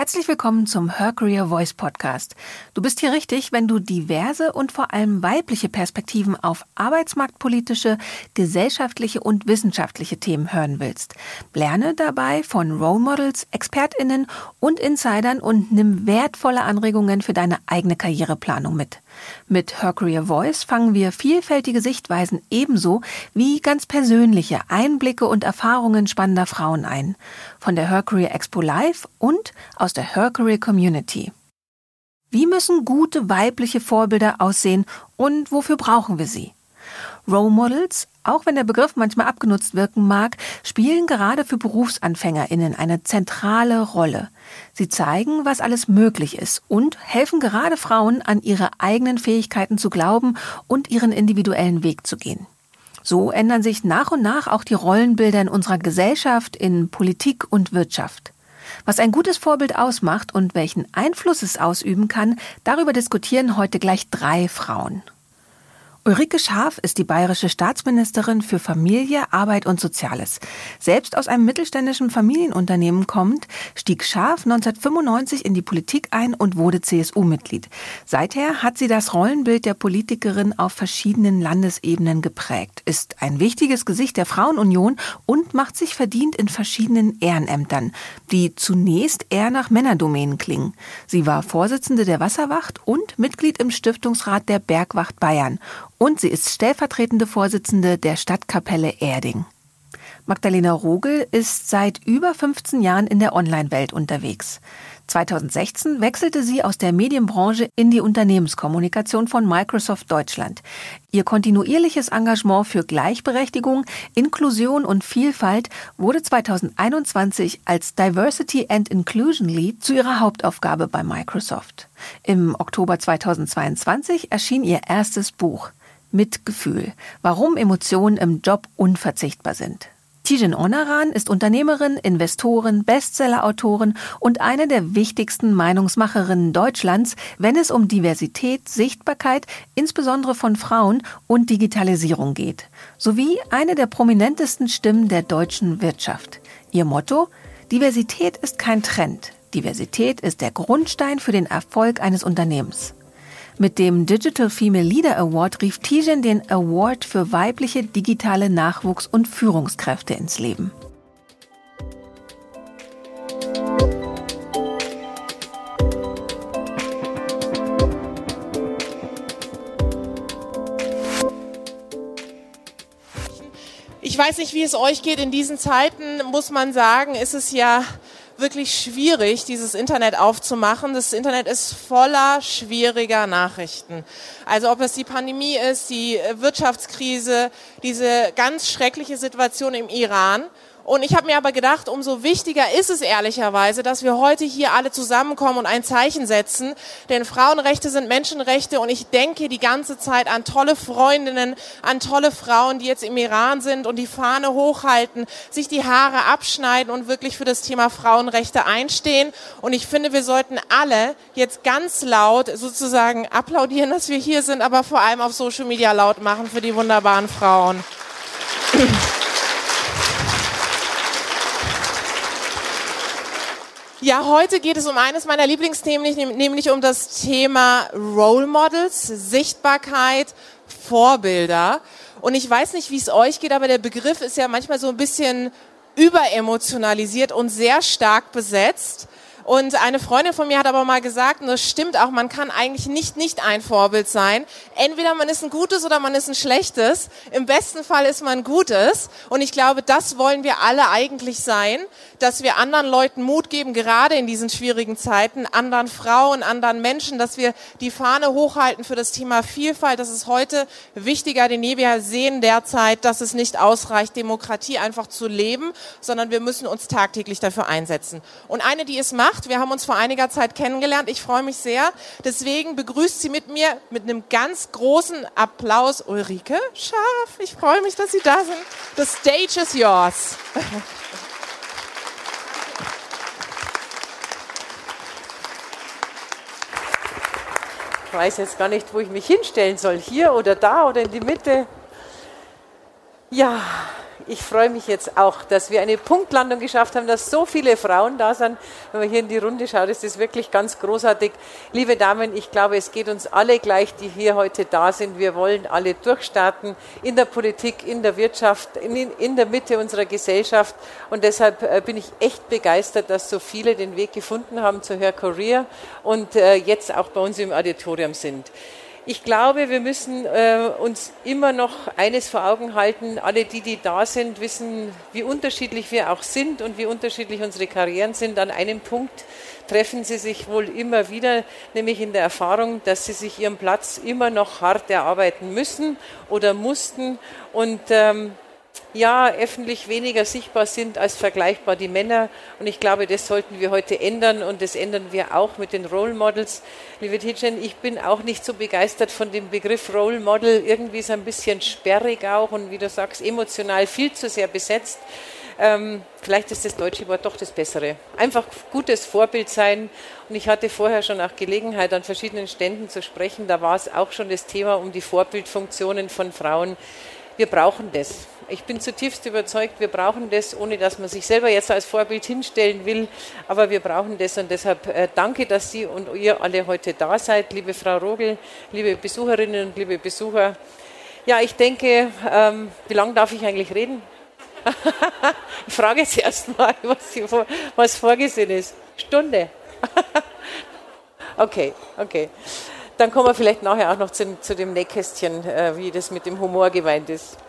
Herzlich willkommen zum Her Career Voice Podcast. Du bist hier richtig, wenn du diverse und vor allem weibliche Perspektiven auf arbeitsmarktpolitische, gesellschaftliche und wissenschaftliche Themen hören willst. Lerne dabei von Role Models, ExpertInnen und Insidern und nimm wertvolle Anregungen für deine eigene Karriereplanung mit. Mit Her Career Voice fangen wir vielfältige Sichtweisen ebenso wie ganz persönliche Einblicke und Erfahrungen spannender Frauen ein. Von der Her Career Expo Live und aus der Her Career Community. Wie müssen gute weibliche Vorbilder aussehen und wofür brauchen wir sie? Role Models, auch wenn der Begriff manchmal abgenutzt wirken mag, spielen gerade für BerufsanfängerInnen eine zentrale Rolle. Sie zeigen, was alles möglich ist und helfen gerade Frauen, an ihre eigenen Fähigkeiten zu glauben und ihren individuellen Weg zu gehen. So ändern sich nach und nach auch die Rollenbilder in unserer Gesellschaft, in Politik und Wirtschaft. Was ein gutes Vorbild ausmacht und welchen Einfluss es ausüben kann, darüber diskutieren heute gleich 3 Frauen. Ulrike Schaaf ist die bayerische Staatsministerin für Familie, Arbeit und Soziales. Selbst aus einem mittelständischen Familienunternehmen kommend, stieg Schaaf 1995 in die Politik ein und wurde CSU-Mitglied. Seither hat sie das Rollenbild der Politikerin auf verschiedenen Landesebenen geprägt, ist ein wichtiges Gesicht der Frauenunion und macht sich verdient in verschiedenen Ehrenämtern, die zunächst eher nach Männerdomänen klingen. Sie war Vorsitzende der Wasserwacht und Mitglied im Stiftungsrat der Bergwacht Bayern. Und sie ist stellvertretende Vorsitzende der Stadtkapelle Erding. Magdalena Rogel ist seit über 15 Jahren in der Online-Welt unterwegs. 2016 wechselte sie aus der Medienbranche in die Unternehmenskommunikation von Microsoft Deutschland. Ihr kontinuierliches Engagement für Gleichberechtigung, Inklusion und Vielfalt wurde 2021 als Diversity and Inclusion Lead zu ihrer Hauptaufgabe bei Microsoft. Im Oktober 2022 erschien ihr erstes Buch Mitgefühl, warum Emotionen im Job unverzichtbar sind. Tijen Onaran ist Unternehmerin, Investorin, Bestsellerautorin und eine der wichtigsten Meinungsmacherinnen Deutschlands, wenn es um Diversität, Sichtbarkeit, insbesondere von Frauen und Digitalisierung geht, sowie eine der prominentesten Stimmen der deutschen Wirtschaft. Ihr Motto: Diversität ist kein Trend. Diversität ist der Grundstein für den Erfolg eines Unternehmens. Mit dem Digital Female Leader Award rief Tijen den Award für weibliche digitale Nachwuchs- und Führungskräfte ins Leben. Ich weiß nicht, wie es euch geht. In diesen Zeiten, muss man sagen, ist es ja wirklich schwierig, dieses Internet aufzumachen. Das Internet ist voller schwieriger Nachrichten. Also ob es die Pandemie ist, die Wirtschaftskrise, diese ganz schreckliche Situation im Iran. Und ich habe mir aber gedacht, umso wichtiger ist es ehrlicherweise, dass wir heute hier alle zusammenkommen und ein Zeichen setzen. Denn Frauenrechte sind Menschenrechte und ich denke die ganze Zeit an tolle Freundinnen, an tolle Frauen, die jetzt im Iran sind und die Fahne hochhalten, sich die Haare abschneiden und wirklich für das Thema Frauenrechte einstehen. Und ich finde, wir sollten alle jetzt ganz laut sozusagen applaudieren, dass wir hier sind, aber vor allem auf Social Media laut machen für die wunderbaren Frauen. Ja, heute geht es um eines meiner Lieblingsthemen, nämlich um das Thema Role Models, Sichtbarkeit, Vorbilder. Und ich weiß nicht, wie es euch geht, aber der Begriff ist ja manchmal so ein bisschen überemotionalisiert und sehr stark besetzt. Und eine Freundin von mir hat aber mal gesagt, und das stimmt auch, man kann eigentlich nicht ein Vorbild sein. Entweder man ist ein gutes oder man ist ein schlechtes. Im besten Fall ist man ein gutes. Und ich glaube, das wollen wir alle eigentlich sein, dass wir anderen Leuten Mut geben, gerade in diesen schwierigen Zeiten, anderen Frauen, anderen Menschen, dass wir die Fahne hochhalten für das Thema Vielfalt. Das ist heute wichtiger denn je. Wir sehen derzeit, dass es nicht ausreicht, Demokratie einfach zu leben, sondern wir müssen uns tagtäglich dafür einsetzen. Und eine, die es macht, wir haben uns vor einiger Zeit kennengelernt. Ich freue mich sehr. Deswegen begrüßt sie mit mir mit einem ganz großen Applaus Ulrike Schaaf. Ich freue mich, dass Sie da sind. The stage is yours. Ich weiß jetzt gar nicht, wo ich mich hinstellen soll. Hier oder da oder in die Mitte. Ja, ich freue mich jetzt auch, dass wir eine Punktlandung geschafft haben, dass so viele Frauen da sind. Wenn man hier in die Runde schaut, ist das wirklich ganz großartig. Liebe Damen, ich glaube, es geht uns alle gleich, die hier heute da sind. Wir wollen alle durchstarten in der Politik, in der Wirtschaft, in der Mitte unserer Gesellschaft. Und deshalb bin ich echt begeistert, dass so viele den Weg gefunden haben zu Her Career und jetzt auch bei uns im Auditorium sind. Ich glaube, wir müssen uns immer noch eines vor Augen halten. Alle die da sind, wissen, wie unterschiedlich wir auch sind und wie unterschiedlich unsere Karrieren sind. An einem Punkt treffen sie sich wohl immer wieder, nämlich in der Erfahrung, dass sie sich ihren Platz immer noch hart erarbeiten müssen oder mussten und öffentlich weniger sichtbar sind als vergleichbar die Männer. Und ich glaube, das sollten wir heute ändern und das ändern wir auch mit den Role Models. Liebe Tidjen, ich bin auch nicht so begeistert von dem Begriff Role Model. Irgendwie ist es ein bisschen sperrig auch und wie du sagst, emotional viel zu sehr besetzt. Vielleicht ist das deutsche Wort doch das Bessere. Einfach gutes Vorbild sein. Und ich hatte vorher schon auch Gelegenheit, an verschiedenen Ständen zu sprechen. Da war es auch schon das Thema um die Vorbildfunktionen von Frauen. Wir brauchen das. Ich bin zutiefst überzeugt, wir brauchen das, ohne dass man sich selber jetzt als Vorbild hinstellen will. Aber wir brauchen das und deshalb danke, dass Sie und ihr alle heute da seid. Liebe Frau Rogel, liebe Besucherinnen und liebe Besucher. Ja, ich denke, wie lange darf ich eigentlich reden? Ich frage jetzt erst mal, was vorgesehen ist. Stunde. Okay. Dann kommen wir vielleicht nachher auch noch zu dem Nähkästchen, wie das mit dem Humor gemeint ist.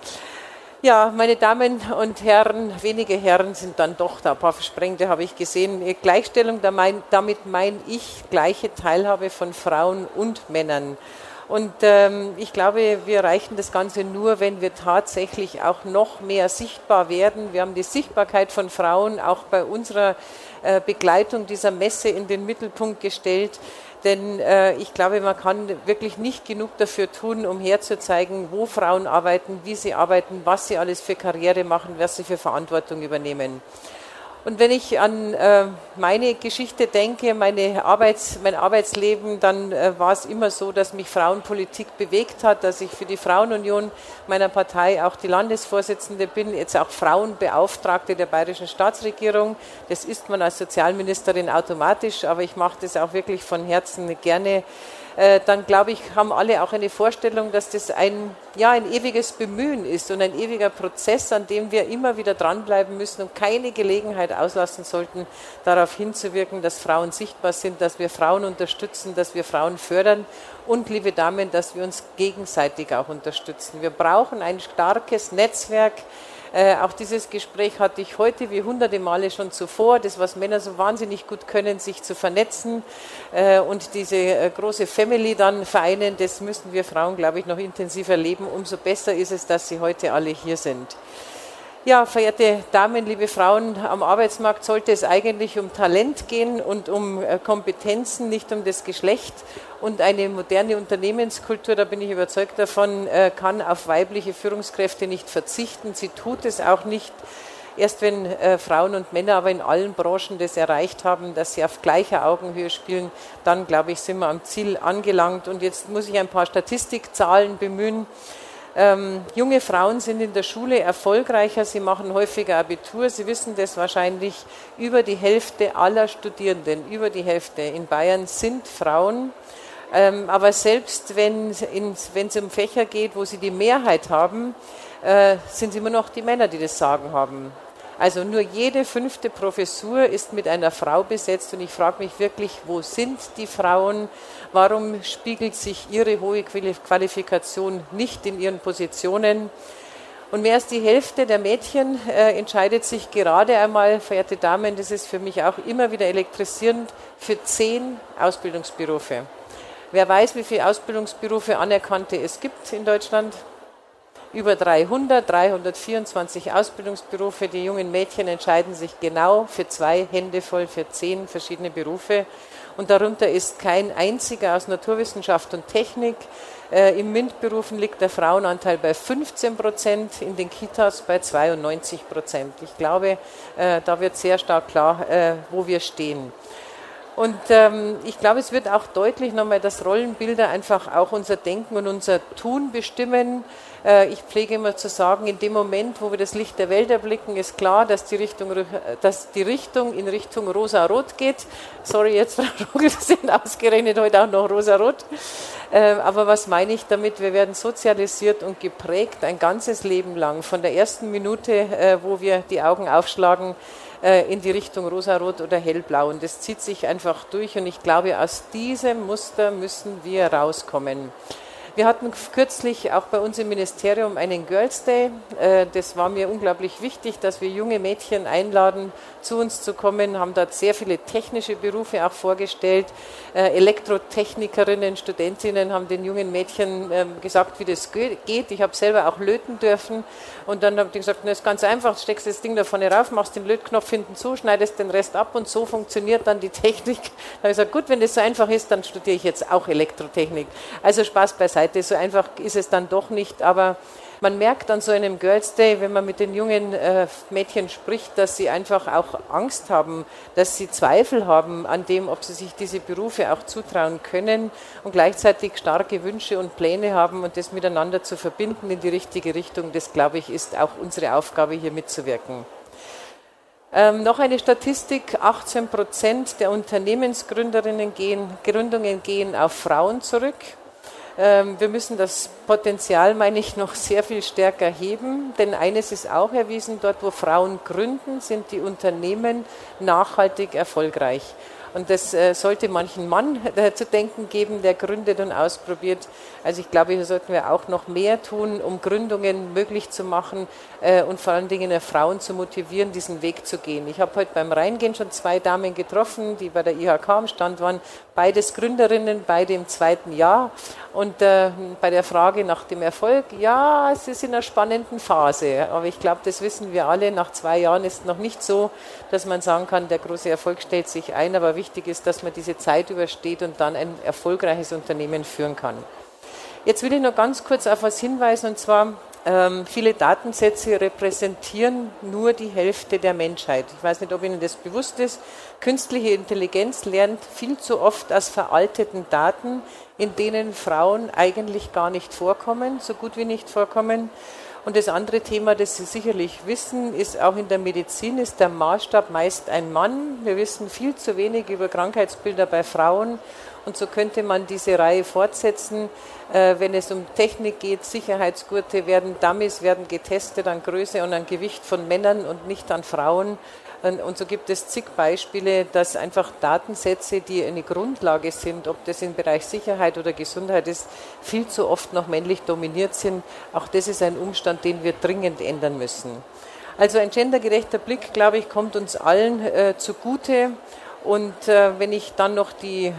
Ja, meine Damen und Herren, wenige Herren sind dann doch da, ein paar Versprengte habe ich gesehen. Gleichstellung, damit meine ich gleiche Teilhabe von Frauen und Männern. Und ich glaube, wir erreichen das Ganze nur, wenn wir tatsächlich auch noch mehr sichtbar werden. Wir haben die Sichtbarkeit von Frauen auch bei unserer Begleitung dieser Messe in den Mittelpunkt gestellt. Denn ich glaube, man kann wirklich nicht genug dafür tun, um herzuzeigen, wo Frauen arbeiten, wie sie arbeiten, was sie alles für Karriere machen, was sie für Verantwortung übernehmen. Und wenn ich an meine Geschichte denke, mein Arbeitsleben, dann war es immer so, dass mich Frauenpolitik bewegt hat, dass ich für die Frauenunion meiner Partei auch die Landesvorsitzende bin, jetzt auch Frauenbeauftragte der bayerischen Staatsregierung. Das ist man als Sozialministerin automatisch, aber ich mache das auch wirklich von Herzen gerne. Dann glaube ich, haben alle auch eine Vorstellung, dass das ein ewiges Bemühen ist und ein ewiger Prozess, an dem wir immer wieder dranbleiben müssen und keine Gelegenheit auslassen sollten, darauf hinzuwirken, dass Frauen sichtbar sind, dass wir Frauen unterstützen, dass wir Frauen fördern und, liebe Damen, dass wir uns gegenseitig auch unterstützen. Wir brauchen ein starkes Netzwerk. Auch dieses Gespräch hatte ich heute wie hunderte Male schon zuvor, das, was Männer so wahnsinnig gut können, sich zu vernetzen und diese große Family dann vereinen, das müssen wir Frauen, glaube ich, noch intensiver leben. Umso besser ist es, dass Sie heute alle hier sind. Ja, verehrte Damen, liebe Frauen, am Arbeitsmarkt sollte es eigentlich um Talent gehen und um Kompetenzen, nicht um das Geschlecht. Und eine moderne Unternehmenskultur, da bin ich überzeugt davon, kann auf weibliche Führungskräfte nicht verzichten. Sie tut es auch nicht. Erst wenn Frauen und Männer aber in allen Branchen das erreicht haben, dass sie auf gleicher Augenhöhe spielen, dann, glaube ich, sind wir am Ziel angelangt. Und jetzt muss ich ein paar Statistikzahlen bemühen. Junge Frauen sind in der Schule erfolgreicher, sie machen häufiger Abitur, Sie wissen das wahrscheinlich, über die Hälfte aller Studierenden, über die Hälfte in Bayern sind Frauen. Aber selbst wenn es um Fächer geht, wo sie die Mehrheit haben, sind es immer noch die Männer, die das Sagen haben. Also nur jede 5. Professur ist mit einer Frau besetzt und ich frage mich wirklich, wo sind die Frauen? Warum spiegelt sich ihre hohe Qualifikation nicht in ihren Positionen? Und mehr als die Hälfte der Mädchen entscheidet sich gerade einmal, verehrte Damen, das ist für mich auch immer wieder elektrisierend, für 10 Ausbildungsberufe. Wer weiß, wie viele Ausbildungsberufe anerkannte es gibt in Deutschland? Über 324 Ausbildungsberufe. Die jungen Mädchen entscheiden sich genau für 2 Hände voll, für 10 verschiedene Berufe. Und darunter ist kein einziger aus Naturwissenschaft und Technik. Im MINT-Berufen liegt der Frauenanteil bei 15%, in den Kitas bei 92%. Ich glaube, da wird sehr stark klar, wo wir stehen. Und ich glaube, es wird auch deutlich nochmal, dass Rollenbilder einfach auch unser Denken und unser Tun bestimmen. Ich pflege immer zu sagen, in dem Moment, wo wir das Licht der Welt erblicken, ist klar, dass die Richtung in Richtung rosa-rot geht. Sorry jetzt, Frau Rogel, das sind ausgerechnet heute auch noch rosa-rot. Aber was meine ich damit? Wir werden sozialisiert und geprägt ein ganzes Leben lang, von der ersten Minute, wo wir die Augen aufschlagen, in die Richtung rosarot oder hellblau. Und das zieht sich einfach durch. Und ich glaube, aus diesem Muster müssen wir rauskommen. Wir hatten kürzlich auch bei uns im Ministerium einen Girls Day. Das war mir unglaublich wichtig, dass wir junge Mädchen einladen, zu uns zu kommen, haben dort sehr viele technische Berufe auch vorgestellt. Elektrotechnikerinnen, Studentinnen haben den jungen Mädchen gesagt, wie das geht. Ich habe selber auch löten dürfen. Und dann habe ich gesagt, das ist ganz einfach, steckst das Ding da vorne rauf, machst den Lötknopf hinten zu, schneidest den Rest ab und so funktioniert dann die Technik. Da habe ich gesagt, gut, wenn das so einfach ist, dann studiere ich jetzt auch Elektrotechnik. Also Spaß beiseite, so einfach ist es dann doch nicht, aber man merkt an so einem Girls Day, wenn man mit den jungen Mädchen spricht, dass sie einfach auch Angst haben, dass sie Zweifel haben an dem, ob sie sich diese Berufe auch zutrauen können und gleichzeitig starke Wünsche und Pläne haben und das miteinander zu verbinden in die richtige Richtung. Das, glaube ich, ist auch unsere Aufgabe, hier mitzuwirken. Noch eine Statistik, 18% der Unternehmensgründungen gehen auf Frauen zurück. Wir müssen das Potenzial, meine ich, noch sehr viel stärker heben, denn eines ist auch erwiesen, dort wo Frauen gründen, sind die Unternehmen nachhaltig erfolgreich. Und das sollte manchen Mann zu denken geben, der gründet und ausprobiert. Also ich glaube, hier sollten wir auch noch mehr tun, um Gründungen möglich zu machen und vor allen Dingen Frauen zu motivieren, diesen Weg zu gehen. Ich habe heute beim Reingehen schon 2 Damen getroffen, die bei der IHK am Stand waren. Beides Gründerinnen, beide im 2. Jahr. Und bei der Frage nach dem Erfolg, ja, es ist in einer spannenden Phase. Aber ich glaube, das wissen wir alle, nach 2 Jahren ist es noch nicht so, dass man sagen kann, der große Erfolg stellt sich ein. Aber wichtig ist, dass man diese Zeit übersteht und dann ein erfolgreiches Unternehmen führen kann. Jetzt will ich noch ganz kurz auf was hinweisen, und zwar, viele Datensätze repräsentieren nur die Hälfte der Menschheit. Ich weiß nicht, ob Ihnen das bewusst ist. Künstliche Intelligenz lernt viel zu oft aus veralteten Daten, in denen Frauen eigentlich gar nicht vorkommen, so gut wie nicht vorkommen. Und das andere Thema, das Sie sicherlich wissen, ist auch in der Medizin, ist der Maßstab meist ein Mann. Wir wissen viel zu wenig über Krankheitsbilder bei Frauen. Und so könnte man diese Reihe fortsetzen, wenn es um Technik geht. Sicherheitsgurte werden, Dummies werden getestet an Größe und an Gewicht von Männern und nicht an Frauen. Und so gibt es zig Beispiele, dass einfach Datensätze, die eine Grundlage sind, ob das im Bereich Sicherheit oder Gesundheit ist, viel zu oft noch männlich dominiert sind. Auch das ist ein Umstand, den wir dringend ändern müssen. Also ein gendergerechter Blick, glaube ich, kommt uns allen zugute. Und wenn ich dann noch die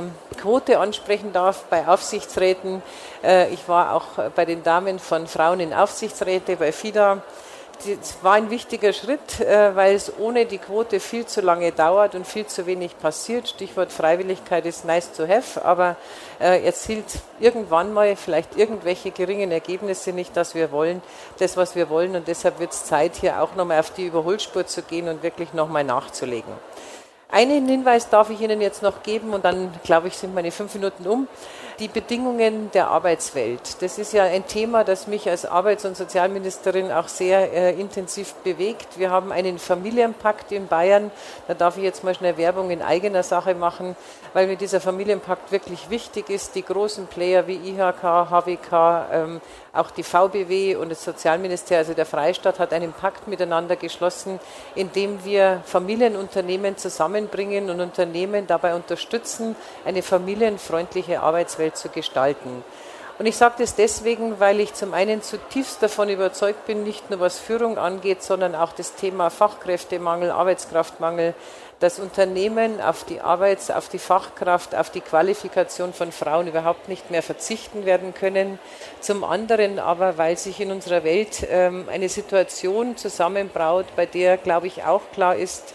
Quote ansprechen darf bei Aufsichtsräten, ich war auch bei den Damen von Frauen in Aufsichtsräte bei FIDA. Das war ein wichtiger Schritt, weil es ohne die Quote viel zu lange dauert und viel zu wenig passiert. Stichwort Freiwilligkeit ist nice to have, aber erzielt irgendwann mal vielleicht irgendwelche geringen Ergebnisse nicht, das was wir wollen. Und deshalb wird es Zeit, hier auch nochmal auf die Überholspur zu gehen und wirklich nochmal nachzulegen. Einen Hinweis darf ich Ihnen jetzt noch geben und dann, glaube ich, sind meine 5 Minuten um. Die Bedingungen der Arbeitswelt. Das ist ja ein Thema, das mich als Arbeits- und Sozialministerin auch sehr intensiv bewegt. Wir haben einen Familienpakt in Bayern. Da darf ich jetzt mal schnell Werbung in eigener Sache machen, weil mir dieser Familienpakt wirklich wichtig ist. Die großen Player wie IHK, HWK, auch die VBW und das Sozialministerium, also der Freistaat, hat einen Pakt miteinander geschlossen, in dem wir Familienunternehmen zusammenbringen und Unternehmen dabei unterstützen, eine familienfreundliche Arbeitswelt zu gestalten. Und ich sage das deswegen, weil ich zum einen zutiefst davon überzeugt bin, nicht nur was Führung angeht, sondern auch das Thema Fachkräftemangel, Arbeitskraftmangel, dass Unternehmen auf die Fachkraft, auf die Qualifikation von Frauen überhaupt nicht mehr verzichten werden können. Zum anderen aber, weil sich in unserer Welt eine Situation zusammenbraut, bei der, glaube ich, auch klar ist,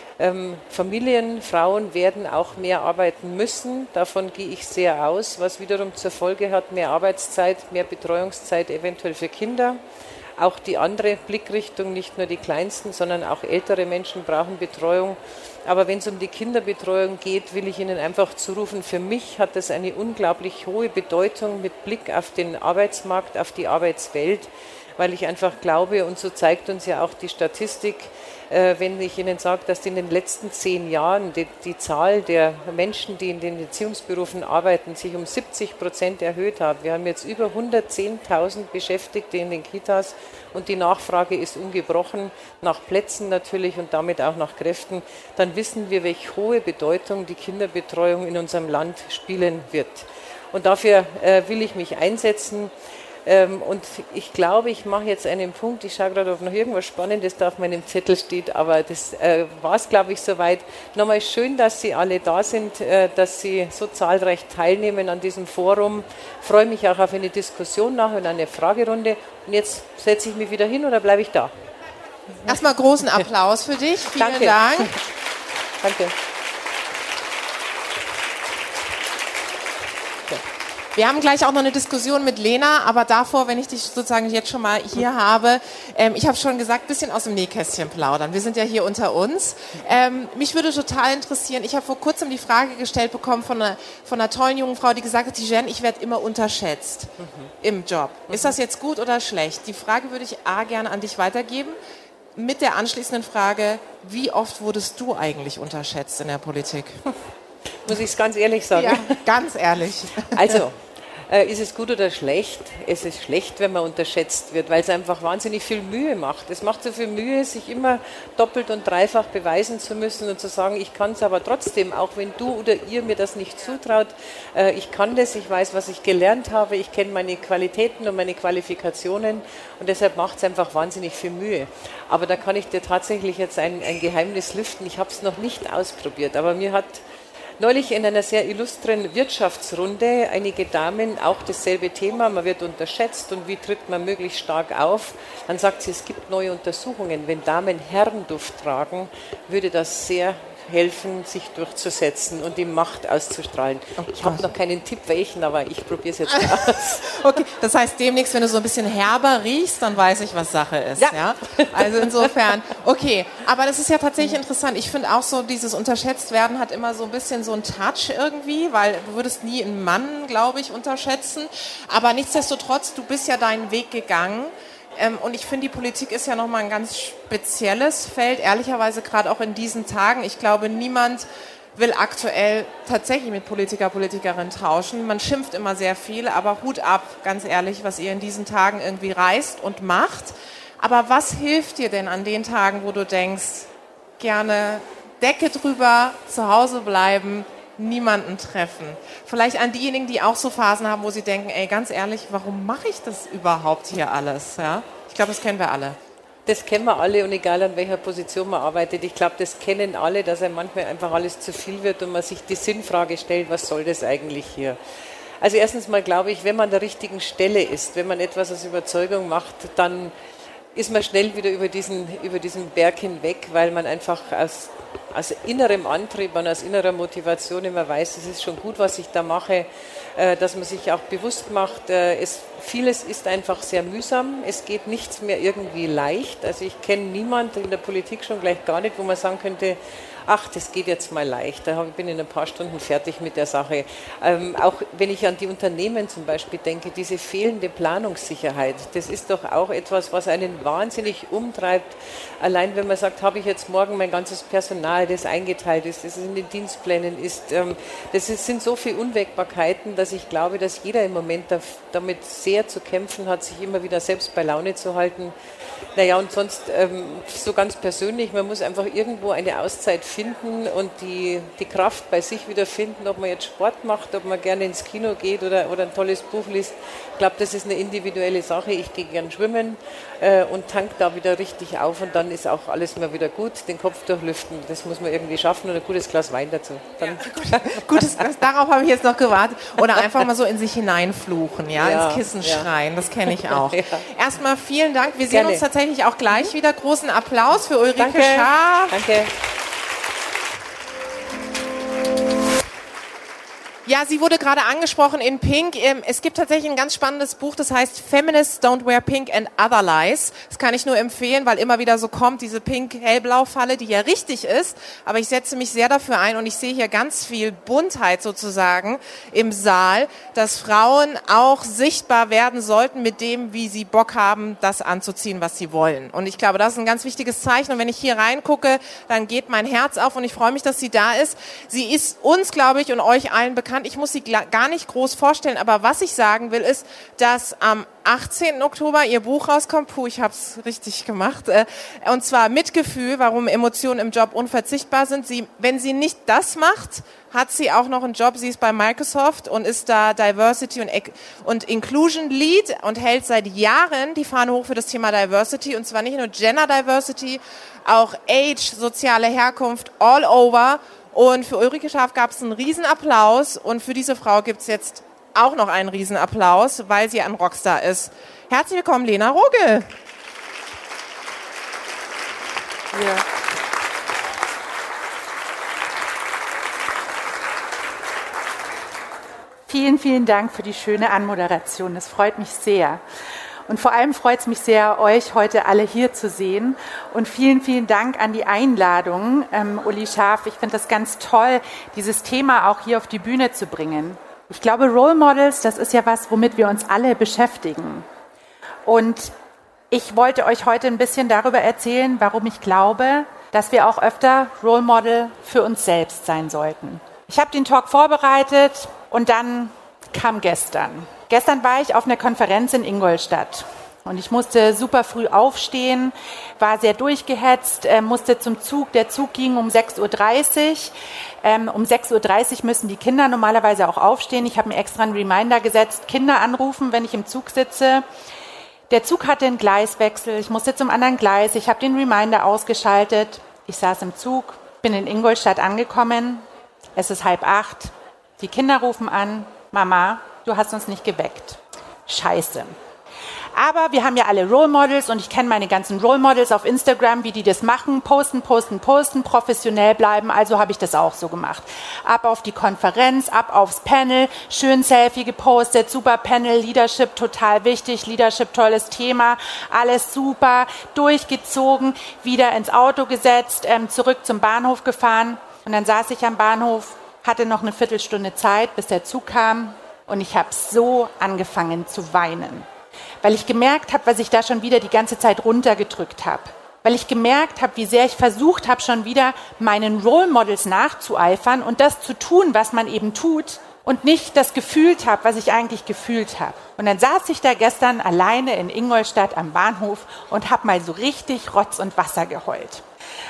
Familien, Frauen werden auch mehr arbeiten müssen. Davon gehe ich sehr aus, was wiederum zur Folge hat, mehr Arbeitszeit, mehr Betreuungszeit eventuell für Kinder. auch die andere Blickrichtung, nicht nur die Kleinsten, sondern auch ältere Menschen brauchen Betreuung. Aber wenn es um die Kinderbetreuung geht, will ich Ihnen einfach zurufen, für mich hat das eine unglaublich hohe Bedeutung mit Blick auf den Arbeitsmarkt, auf die Arbeitswelt, weil ich einfach glaube, und so zeigt uns ja auch die Statistik, wenn ich Ihnen sage, dass in den letzten 10 Jahren die Zahl der Menschen, die in den Erziehungsberufen arbeiten, sich um 70% erhöht hat. Wir haben jetzt über 110.000 Beschäftigte in den Kitas und die Nachfrage ist ungebrochen, nach Plätzen natürlich und damit auch nach Kräften. Dann wissen wir, welche hohe Bedeutung die Kinderbetreuung in unserem Land spielen wird. Und dafür will ich mich einsetzen. Und ich glaube, ich mache jetzt einen Punkt, ich schaue gerade, ob noch irgendwas Spannendes da auf meinem Zettel steht, aber das war es, glaube ich, soweit. Nochmal schön, dass Sie alle da sind, dass Sie so zahlreich teilnehmen an diesem Forum. Ich freue mich auch auf eine Diskussion nachher und eine Fragerunde. Und jetzt setze ich mich wieder hin oder bleibe ich da? Erstmal großen Applaus für dich. Vielen Danke. Dank. Danke. Wir haben gleich auch noch eine Diskussion mit Lena, aber davor, wenn ich dich sozusagen jetzt schon mal hier habe, ich habe schon gesagt, ein bisschen aus dem Nähkästchen plaudern. Wir sind ja hier unter uns. Mich würde total interessieren, ich habe vor kurzem die Frage gestellt bekommen von einer tollen jungen Frau, die gesagt hat, die Jen, ich werde immer unterschätzt im Job. Ist das jetzt gut oder schlecht? Die Frage würde ich gerne an dich weitergeben. Mit der anschließenden Frage, wie oft wurdest du eigentlich unterschätzt in der Politik? Muss ich es ganz ehrlich sagen? Ja, ganz ehrlich. Also, ist es gut oder schlecht? Es ist schlecht, wenn man unterschätzt wird, weil es einfach wahnsinnig viel Mühe macht. Es macht so viel Mühe, sich immer doppelt und dreifach beweisen zu müssen und zu sagen, ich kann es aber trotzdem, auch wenn du oder ihr mir das nicht zutraut, ich kann das, ich weiß, was ich gelernt habe, ich kenne meine Qualitäten und meine Qualifikationen und deshalb macht es einfach wahnsinnig viel Mühe. Aber da kann ich dir tatsächlich jetzt ein Geheimnis lüften. Ich habe es noch nicht ausprobiert, aber mir hat neulich in einer sehr illustren Wirtschaftsrunde einige Damen auch dasselbe Thema, man wird unterschätzt und wie tritt man möglichst stark auf. Dann sagt sie, es gibt neue Untersuchungen, wenn Damen Herrenduft tragen, würde das sehr helfen, sich durchzusetzen und die Macht auszustrahlen. Ich habe noch keinen Tipp, welchen, aber ich probiere es jetzt aus. Okay, das heißt demnächst, wenn du so ein bisschen herber riechst, dann weiß ich, was Sache ist. Ja. Also insofern, okay. Aber das ist ja tatsächlich interessant. Ich finde auch so, dieses Unterschätztwerden hat immer so ein bisschen so einen Touch irgendwie, weil du würdest nie einen Mann, glaube ich, unterschätzen. Aber nichtsdestotrotz, du bist ja deinen Weg gegangen. Und ich finde, die Politik ist ja nochmal ein ganz spezielles Feld, ehrlicherweise gerade auch in diesen Tagen. Ich glaube, niemand will aktuell tatsächlich mit Politikerinnen tauschen. Man schimpft immer sehr viel, aber Hut ab, ganz ehrlich, was ihr in diesen Tagen irgendwie reißt und macht. Aber was hilft dir denn an den Tagen, wo du denkst, gerne Decke drüber, zu Hause bleiben, niemanden treffen? Vielleicht an diejenigen, die auch so Phasen haben, wo sie denken, ey, ganz ehrlich, warum mache ich das überhaupt hier alles? Ja? Ich glaube, das kennen wir alle. Das kennen wir alle und egal an welcher Position man arbeitet, ich glaube, das kennen alle, dass einem manchmal einfach alles zu viel wird und man sich die Sinnfrage stellt, was soll das eigentlich hier? Also erstens mal glaube ich, wenn man an der richtigen Stelle ist, wenn man etwas aus Überzeugung macht, dann ist man schnell wieder über diesen Berg hinweg, weil man einfach aus innerem Antrieb und aus innerer Motivation immer weiß, es ist schon gut, was ich da mache, dass man sich auch bewusst macht, vieles ist einfach sehr mühsam, es geht nichts mehr irgendwie leicht. Also ich kenne niemanden in der Politik schon gleich gar nicht, wo man sagen könnte, ach, das geht jetzt mal leicht, da bin ich in ein paar Stunden fertig mit der Sache. Auch wenn ich an die Unternehmen zum Beispiel denke, diese fehlende Planungssicherheit, das ist doch auch etwas, was einen wahnsinnig umtreibt. Allein wenn man sagt, habe ich jetzt morgen mein ganzes Personal, das eingeteilt ist, das in den Dienstplänen ist, sind so viele Unwägbarkeiten, dass ich glaube, dass jeder im Moment damit sehr zu kämpfen hat, sich immer wieder selbst bei Laune zu halten. Naja, und sonst so ganz persönlich, man muss einfach irgendwo eine Auszeit finden und die Kraft bei sich wieder finden, ob man jetzt Sport macht, ob man gerne ins Kino geht oder ein tolles Buch liest. Ich glaube, das ist eine individuelle Sache. Ich gehe gern schwimmen und tank da wieder richtig auf und dann ist auch alles mal wieder gut. Den Kopf durchlüften, das muss man irgendwie schaffen und ein gutes Glas Wein dazu. Dann Gutes Glas, darauf habe ich jetzt noch gewartet. Oder einfach mal so in sich hineinfluchen, ins Kissen schreien, das kenne ich auch. Ja. Erstmal vielen Dank. Wir sehen uns tatsächlich auch gleich wieder. Großen Applaus für Ulrike Schaaf. Danke. Ja, sie wurde gerade angesprochen in Pink. Es gibt tatsächlich ein ganz spannendes Buch, das heißt Feminists Don't Wear Pink and Other Lies. Das kann ich nur empfehlen, weil immer wieder so kommt, diese Pink-Hellblau-Falle, die ja richtig ist. Aber ich setze mich sehr dafür ein und ich sehe hier ganz viel Buntheit sozusagen im Saal, dass Frauen auch sichtbar werden sollten mit dem, wie sie Bock haben, das anzuziehen, was sie wollen. Und ich glaube, das ist ein ganz wichtiges Zeichen. Und wenn ich hier reingucke, dann geht mein Herz auf und ich freue mich, dass sie da ist. Sie ist uns, glaube ich, und euch allen bekannt. Ich muss sie gar nicht groß vorstellen, aber was ich sagen will, ist, dass am 18. Oktober ihr Buch rauskommt. Puh, ich habe es richtig gemacht. Und zwar Mitgefühl, warum Emotionen im Job unverzichtbar sind. Wenn sie nicht das macht, hat sie auch noch einen Job. Sie ist bei Microsoft und ist da Diversity und Inclusion Lead und hält seit Jahren die Fahne hoch für das Thema Diversity. Und zwar nicht nur Gender Diversity, auch Age, soziale Herkunft, all over. Und für Ulrike Schaaf gab es einen Riesenapplaus und für diese Frau gibt es jetzt auch noch einen Riesenapplaus, weil sie ein Rockstar ist. Herzlich willkommen, Lena Rogel. Ja. Vielen, vielen Dank für die schöne Anmoderation. Das freut mich sehr. Und vor allem freut es mich sehr, euch heute alle hier zu sehen. Und vielen, vielen Dank an die Einladung, Uli Schaaf. Ich finde das ganz toll, dieses Thema auch hier auf die Bühne zu bringen. Ich glaube, Role Models, das ist ja was, womit wir uns alle beschäftigen. Und ich wollte euch heute ein bisschen darüber erzählen, warum ich glaube, dass wir auch öfter Role Model für uns selbst sein sollten. Ich habe den Talk vorbereitet und dann kam gestern. Gestern war ich auf einer Konferenz in Ingolstadt und ich musste super früh aufstehen, war sehr durchgehetzt, musste zum Zug. Der Zug ging um 6.30 Uhr. Um 6.30 Uhr müssen die Kinder normalerweise auch aufstehen. Ich habe mir extra einen Reminder gesetzt, Kinder anrufen, wenn ich im Zug sitze. Der Zug hatte einen Gleiswechsel, ich musste zum anderen Gleis, ich habe den Reminder ausgeschaltet. Ich saß im Zug, bin in Ingolstadt angekommen, es ist 7:30, die Kinder rufen an, Mama, du hast uns nicht geweckt. Scheiße. Aber wir haben ja alle Role Models und ich kenne meine ganzen Role Models auf Instagram, wie die das machen, posten, professionell bleiben, also habe ich das auch so gemacht. Ab auf die Konferenz, ab aufs Panel, schön Selfie gepostet, super Panel, Leadership total wichtig, Leadership tolles Thema, alles super, durchgezogen, wieder ins Auto gesetzt, zurück zum Bahnhof gefahren und dann saß ich am Bahnhof, hatte noch eine Viertelstunde Zeit, bis der Zug kam und ich habe so angefangen zu weinen. Weil ich gemerkt habe, was ich da schon wieder die ganze Zeit runtergedrückt habe. Weil ich gemerkt habe, wie sehr ich versucht habe, schon wieder meinen Role Models nachzueifern und das zu tun, was man eben tut und nicht das gefühlt habe, was ich eigentlich gefühlt habe. Und dann saß ich da gestern alleine in Ingolstadt am Bahnhof und habe mal so richtig Rotz und Wasser geheult.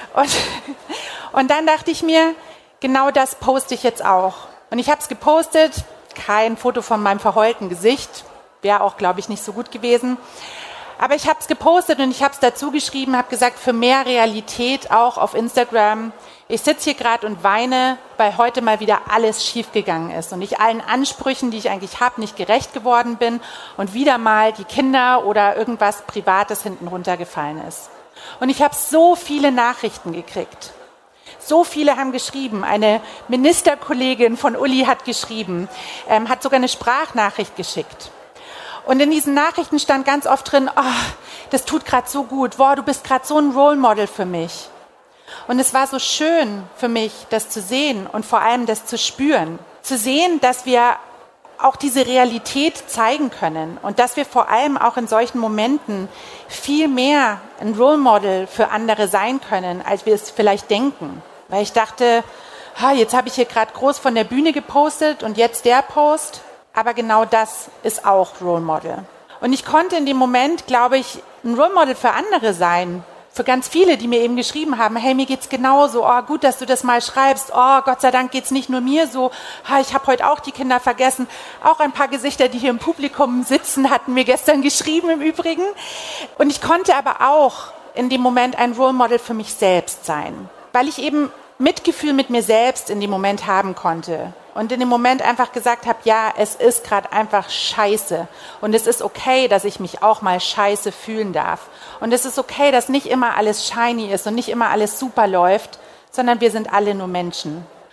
Und dann dachte ich mir, genau das poste ich jetzt auch. Und ich habe es gepostet, kein Foto von meinem verheulten Gesicht, wäre auch, glaube ich, nicht so gut gewesen. Aber ich habe es gepostet und ich habe es dazu geschrieben, habe gesagt, für mehr Realität auch auf Instagram. Ich sitze hier gerade und weine, weil heute mal wieder alles schiefgegangen ist und ich allen Ansprüchen, die ich eigentlich habe, nicht gerecht geworden bin und wieder mal die Kinder oder irgendwas Privates hinten runtergefallen ist. Und ich habe so viele Nachrichten gekriegt. So viele haben geschrieben. Eine Ministerkollegin von Uli hat geschrieben, hat sogar eine Sprachnachricht geschickt. Und in diesen Nachrichten stand ganz oft drin, oh, das tut gerade so gut, boah, du bist gerade so ein Role Model für mich. Und es war so schön für mich, das zu sehen und vor allem das zu spüren. Zu sehen, dass wir auch diese Realität zeigen können und dass wir vor allem auch in solchen Momenten viel mehr ein Role Model für andere sein können, als wir es vielleicht denken. Weil ich dachte, jetzt habe ich hier gerade groß von der Bühne gepostet und jetzt der Post. Aber genau das ist auch Role Model. Und ich konnte in dem Moment, glaube ich, ein Role Model für andere sein. Für ganz viele, die mir eben geschrieben haben, hey, mir geht's genauso. Oh, gut, dass du das mal schreibst. Oh, Gott sei Dank geht's nicht nur mir so. Ich habe heute auch die Kinder vergessen. Auch ein paar Gesichter, die hier im Publikum sitzen, hatten mir gestern geschrieben im Übrigen. Und ich konnte aber auch in dem Moment ein Role Model für mich selbst sein. Weil ich eben Mitgefühl mit mir selbst in dem Moment haben konnte. Und in dem Moment einfach gesagt habe, ja, es ist gerade einfach scheiße. Und es ist okay, dass ich mich auch mal scheiße fühlen darf. Und es ist okay, dass nicht immer alles shiny ist und nicht immer alles super läuft, sondern wir sind alle nur Menschen.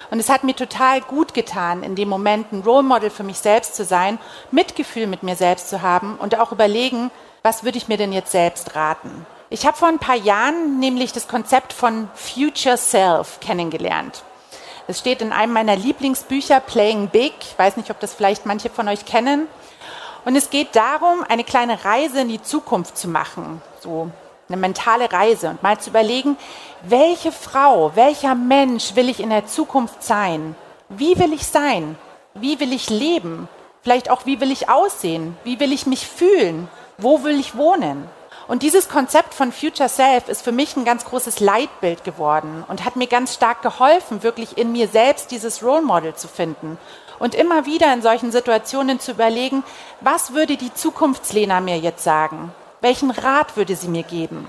Und es hat mir total gut getan, in dem Moment ein Role Model für mich selbst zu sein, Mitgefühl mit mir selbst zu haben und auch überlegen, was würde ich mir denn jetzt selbst raten. Ich habe vor ein paar Jahren nämlich das Konzept von Future Self kennengelernt. Es steht in einem meiner Lieblingsbücher, Playing Big. Ich weiß nicht, ob das vielleicht manche von euch kennen. Und es geht darum, eine kleine Reise in die Zukunft zu machen, so eine mentale Reise und mal zu überlegen, welche Frau, welcher Mensch will ich in der Zukunft sein? Wie will ich sein? Wie will ich leben? Vielleicht auch, wie will ich aussehen? Wie will ich mich fühlen? Wo will ich wohnen? Und dieses Konzept von Future Self ist für mich ein ganz großes Leitbild geworden und hat mir ganz stark geholfen, wirklich in mir selbst dieses Role Model zu finden. Und immer wieder in solchen Situationen zu überlegen, was würde die Zukunftslena mir jetzt sagen? Welchen Rat würde sie mir geben?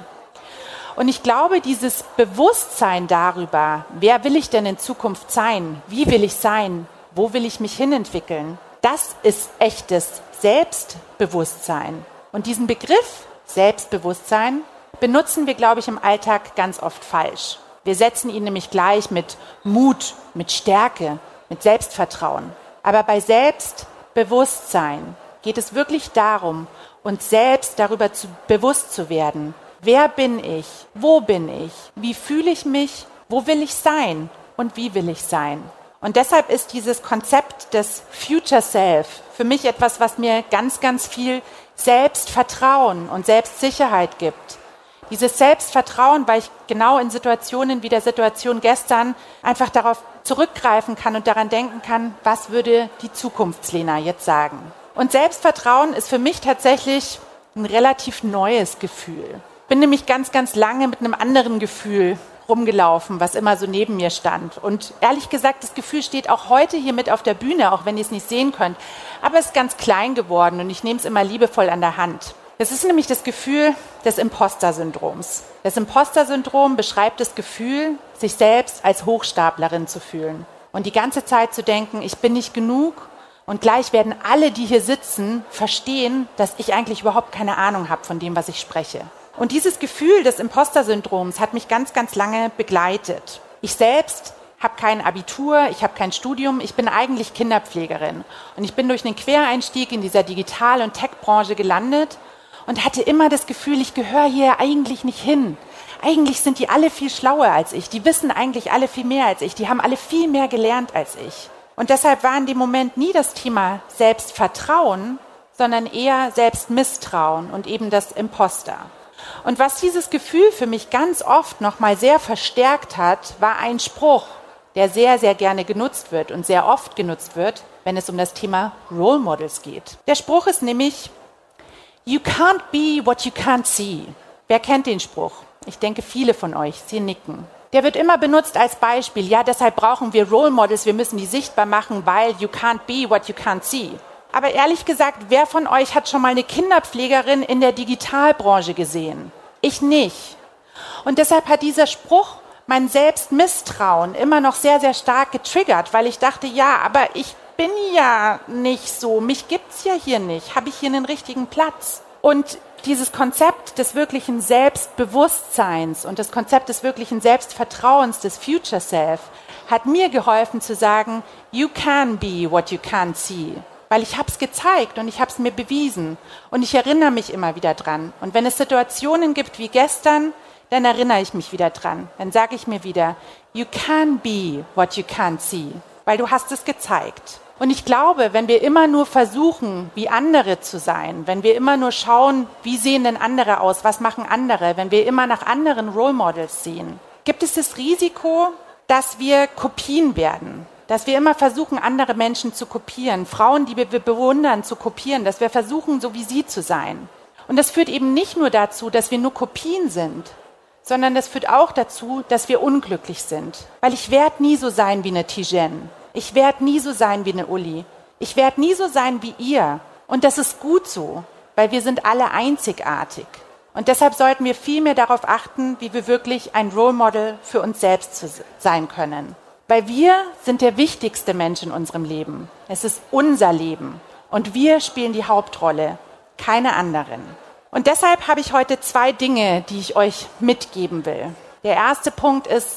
Und ich glaube, dieses Bewusstsein darüber, wer will ich denn in Zukunft sein? Wie will ich sein? Wo will ich mich hinentwickeln? Das ist echtes Selbstbewusstsein. Und diesen Begriff Selbstbewusstsein benutzen wir, glaube ich, im Alltag ganz oft falsch. Wir setzen ihn nämlich gleich mit Mut, mit Stärke, mit Selbstvertrauen. Aber bei Selbstbewusstsein geht es wirklich darum, uns selbst darüber bewusst zu werden. Wer bin ich? Wo bin ich? Wie fühle ich mich? Wo will ich sein? Und wie will ich sein? Und deshalb ist dieses Konzept des Future Self für mich etwas, was mir ganz, ganz viel Selbstvertrauen und Selbstsicherheit gibt. Dieses Selbstvertrauen, weil ich genau in Situationen wie der Situation gestern einfach darauf zurückgreifen kann und daran denken kann, was würde die Zukunftslena jetzt sagen. Und Selbstvertrauen ist für mich tatsächlich ein relativ neues Gefühl. Ich bin nämlich ganz, ganz lange mit einem anderen Gefühl rumgelaufen, was immer so neben mir stand. Und ehrlich gesagt, das Gefühl steht auch heute hier mit auf der Bühne, auch wenn ihr es nicht sehen könnt. Aber es ist ganz klein geworden und ich nehme es immer liebevoll an der Hand. Es ist nämlich das Gefühl des Imposter-Syndroms. Das Imposter-Syndrom beschreibt das Gefühl, sich selbst als Hochstaplerin zu fühlen. Und die ganze Zeit zu denken, ich bin nicht genug. Und gleich werden alle, die hier sitzen, verstehen, dass ich eigentlich überhaupt keine Ahnung habe von dem, was ich spreche. Und dieses Gefühl des Imposter-Syndroms hat mich ganz, ganz lange begleitet. Ich selbst habe kein Abitur, ich habe kein Studium, ich bin eigentlich Kinderpflegerin. Und ich bin durch einen Quereinstieg in dieser Digital- und Tech-Branche gelandet und hatte immer das Gefühl, ich gehöre hier eigentlich nicht hin. Eigentlich sind die alle viel schlauer als ich, die wissen eigentlich alle viel mehr als ich, die haben alle viel mehr gelernt als ich. Und deshalb war in dem Moment nie das Thema Selbstvertrauen, sondern eher Selbstmisstrauen und eben das Imposter. Und was dieses Gefühl für mich ganz oft nochmal sehr verstärkt hat, war ein Spruch, der sehr, sehr gerne genutzt wird und sehr oft genutzt wird, wenn es um das Thema Role Models geht. Der Spruch ist nämlich, "You can't be what you can't see." Wer kennt den Spruch? Ich denke, viele von euch, sie nicken. Der wird immer benutzt als Beispiel. Ja, deshalb brauchen wir Role Models, wir müssen die sichtbar machen, weil you can't be what you can't see. Aber ehrlich gesagt, wer von euch hat schon mal eine Kinderpflegerin in der Digitalbranche gesehen? Ich nicht. Und deshalb hat dieser Spruch mein Selbstmisstrauen immer noch sehr, sehr stark getriggert, weil ich dachte, ja, aber ich bin ja nicht so, mich gibt's ja hier nicht, habe ich hier einen richtigen Platz? Und dieses Konzept des wirklichen Selbstbewusstseins und das Konzept des wirklichen Selbstvertrauens, des Future Self, hat mir geholfen zu sagen, you can be what you can't see. Weil ich habe es gezeigt und ich habe es mir bewiesen und ich erinnere mich immer wieder dran. Und wenn es Situationen gibt wie gestern, dann erinnere ich mich wieder dran. Dann sage ich mir wieder, you can be what you can't see, weil du hast es gezeigt. Und ich glaube, wenn wir immer nur versuchen, wie andere zu sein, wenn wir immer nur schauen, wie sehen denn andere aus, was machen andere, wenn wir immer nach anderen Role Models sehen, gibt es das Risiko, dass wir Kopien werden. Dass wir immer versuchen, andere Menschen zu kopieren, Frauen, die wir bewundern, zu kopieren, dass wir versuchen, so wie sie zu sein. Und das führt eben nicht nur dazu, dass wir nur Kopien sind, sondern das führt auch dazu, dass wir unglücklich sind. Weil ich werde nie so sein wie eine Tijen. Ich werde nie so sein wie eine Uli. Ich werde nie so sein wie ihr. Und das ist gut so, weil wir sind alle einzigartig. Und deshalb sollten wir viel mehr darauf achten, wie wir wirklich ein Role Model für uns selbst sein können. Weil wir sind der wichtigste Mensch in unserem Leben. Es ist unser Leben. Und wir spielen die Hauptrolle, keine anderen. Und deshalb habe ich heute 2 Dinge, die ich euch mitgeben will. Der erste Punkt ist,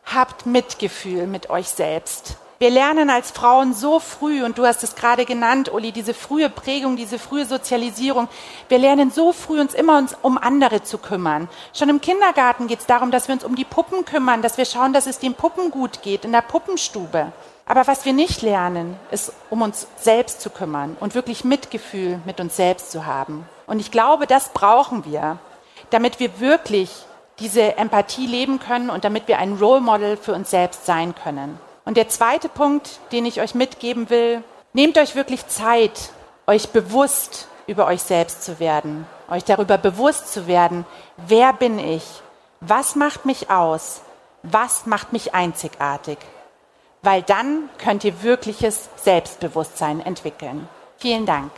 habt Mitgefühl mit euch selbst. Wir lernen als Frauen so früh, und du hast es gerade genannt, Uli, diese frühe Prägung, diese frühe Sozialisierung. Wir lernen so früh, uns um andere zu kümmern. Schon im Kindergarten geht es darum, dass wir uns um die Puppen kümmern, dass wir schauen, dass es den Puppen gut geht, in der Puppenstube. Aber was wir nicht lernen, ist, um uns selbst zu kümmern und wirklich Mitgefühl mit uns selbst zu haben. Und ich glaube, das brauchen wir, damit wir wirklich diese Empathie leben können und damit wir ein Role Model für uns selbst sein können. Und der zweite Punkt, den ich euch mitgeben will, nehmt euch wirklich Zeit, euch bewusst über euch selbst zu werden, euch darüber bewusst zu werden, wer bin ich, was macht mich aus, was macht mich einzigartig, weil dann könnt ihr wirkliches Selbstbewusstsein entwickeln. Vielen Dank.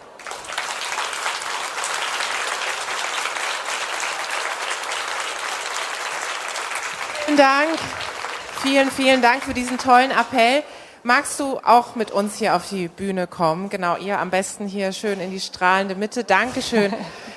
Vielen Dank. Vielen Dank für diesen tollen Appell. Magst du auch mit uns hier auf die Bühne kommen? Genau, ihr am besten hier schön in die strahlende Mitte. Dankeschön.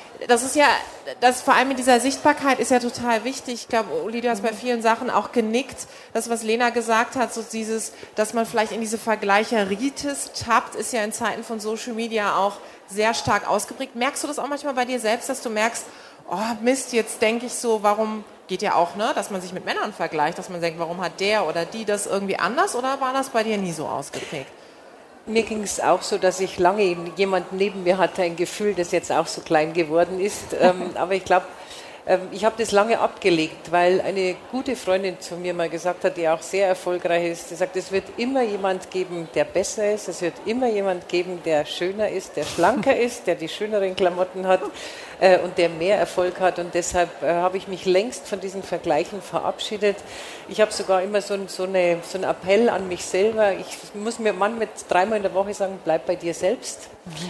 Das vor allem in dieser Sichtbarkeit ist ja total wichtig. Ich glaube, Uli, du hast bei vielen Sachen auch genickt. Das, was Lena gesagt hat, so dieses, dass man vielleicht in diese Vergleicheritis tappt, ist ja in Zeiten von Social Media auch sehr stark ausgeprägt. Merkst du das auch manchmal bei dir selbst, dass du merkst, oh Mist, jetzt denke ich so, warum geht ja auch, ne, dass man sich mit Männern vergleicht, dass man denkt, warum hat der oder die das irgendwie anders, oder war das bei dir nie so ausgeprägt? Mir ging es auch so, dass ich lange jemand neben mir hatte, ein Gefühl, das jetzt auch so klein geworden ist. Aber ich glaube, ich habe das lange abgelegt, weil eine gute Freundin zu mir mal gesagt hat, die auch sehr erfolgreich ist, die sagt, es wird immer jemand geben, der besser ist, es wird immer jemand geben, der schöner ist, der schlanker ist, der die schöneren Klamotten hat und der mehr Erfolg hat, und deshalb habe ich mich längst von diesen Vergleichen verabschiedet. Ich habe sogar immer so einen Appell an mich selber. Ich muss mir manchmal 3-mal in der Woche sagen, bleib bei dir selbst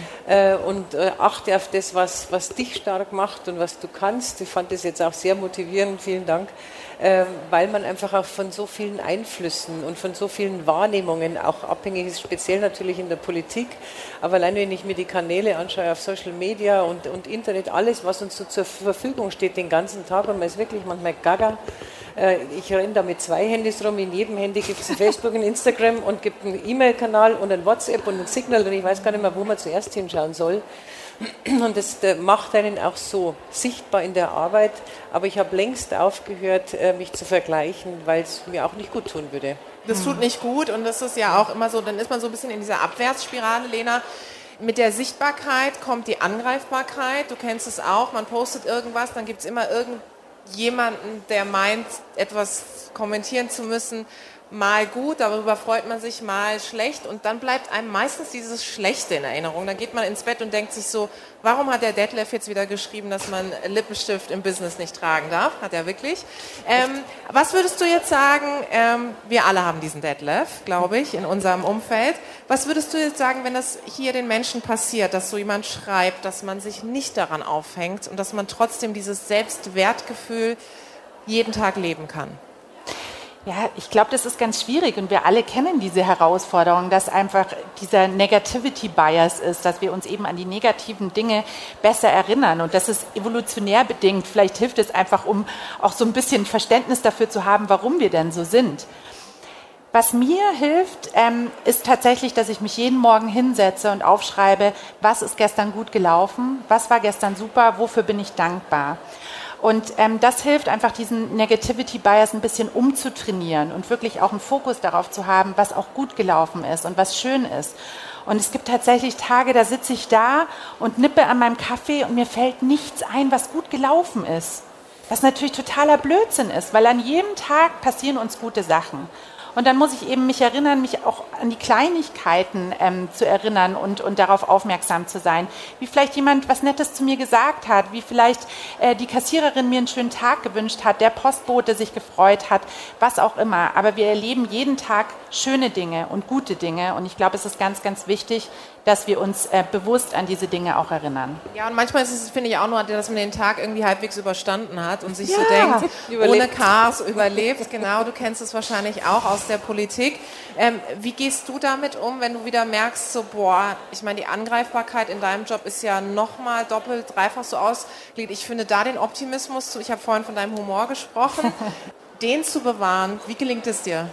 und achte auf das, was dich stark macht und was du kannst. Ich fand das jetzt auch sehr motivierend, vielen Dank, weil man einfach auch von so vielen Einflüssen und von so vielen Wahrnehmungen auch abhängig ist, speziell natürlich in der Politik. Aber allein wenn ich mir die Kanäle anschaue auf Social Media und Internet, alles, was uns so zur Verfügung steht den ganzen Tag, und man ist wirklich manchmal gaga. Ich renne da mit 2 Handys rum, in jedem Handy gibt es ein Facebook und Instagram und gibt einen E-Mail-Kanal und ein WhatsApp und ein Signal, und ich weiß gar nicht mehr, wo man zuerst hinschauen soll. Und das macht einen auch so sichtbar in der Arbeit, aber ich habe längst aufgehört, mich zu vergleichen, weil es mir auch nicht gut tun würde. Das tut nicht gut, und das ist ja auch immer so, dann ist man so ein bisschen in dieser Abwärtsspirale, Lena. Mit der Sichtbarkeit kommt die Angreifbarkeit, du kennst es auch, man postet irgendwas, dann gibt es immer irgendjemanden, der meint, etwas kommentieren zu müssen, mal gut, darüber freut man sich, mal schlecht, und dann bleibt einem meistens dieses Schlechte in Erinnerung. Dann geht man ins Bett und denkt sich so, warum hat der Detlef jetzt wieder geschrieben, dass man Lippenstift im Business nicht tragen darf? Hat er wirklich. Was würdest du jetzt sagen, wir alle haben diesen Detlef, glaube ich, in unserem Umfeld. Was würdest du jetzt sagen, wenn das hier den Menschen passiert, dass so jemand schreibt, dass man sich nicht daran aufhängt und dass man trotzdem dieses Selbstwertgefühl jeden Tag leben kann? Ja, ich glaube, das ist ganz schwierig, und wir alle kennen diese Herausforderung, dass einfach dieser Negativity Bias ist, dass wir uns eben an die negativen Dinge besser erinnern, und das ist evolutionär bedingt. Vielleicht hilft es einfach, um auch so ein bisschen Verständnis dafür zu haben, warum wir denn so sind. Was mir hilft, ist tatsächlich, dass ich mich jeden Morgen hinsetze und aufschreibe, was ist gestern gut gelaufen, was war gestern super, wofür bin ich dankbar. Und das hilft einfach, diesen Negativity Bias ein bisschen umzutrainieren und wirklich auch einen Fokus darauf zu haben, was auch gut gelaufen ist und was schön ist. Und es gibt tatsächlich Tage, da sitze ich da und nippe an meinem Kaffee und mir fällt nichts ein, was gut gelaufen ist. Was natürlich totaler Blödsinn ist, weil an jedem Tag passieren uns gute Sachen. Und dann muss ich eben mich erinnern, mich auch an die Kleinigkeiten zu erinnern und darauf aufmerksam zu sein. Wie vielleicht jemand was Nettes zu mir gesagt hat, wie vielleicht die Kassiererin mir einen schönen Tag gewünscht hat, der Postbote sich gefreut hat, was auch immer. Aber wir erleben jeden Tag schöne Dinge und gute Dinge. Und ich glaube, es ist ganz, ganz wichtig, dass wir uns bewusst an diese Dinge auch erinnern. Ja, und manchmal ist es, finde ich, auch nur, dass man den Tag irgendwie halbwegs überstanden hat und sich so denkt, ohne Chaos überlebt. Genau, du kennst es wahrscheinlich auch aus der Politik. Wie gehst du damit um, wenn du wieder merkst, so, boah, ich meine, die Angreifbarkeit in deinem Job ist ja nochmal doppelt, dreifach so ausgelegt. Ich finde da den Optimismus, ich habe vorhin von deinem Humor gesprochen, den zu bewahren. Wie gelingt es dir?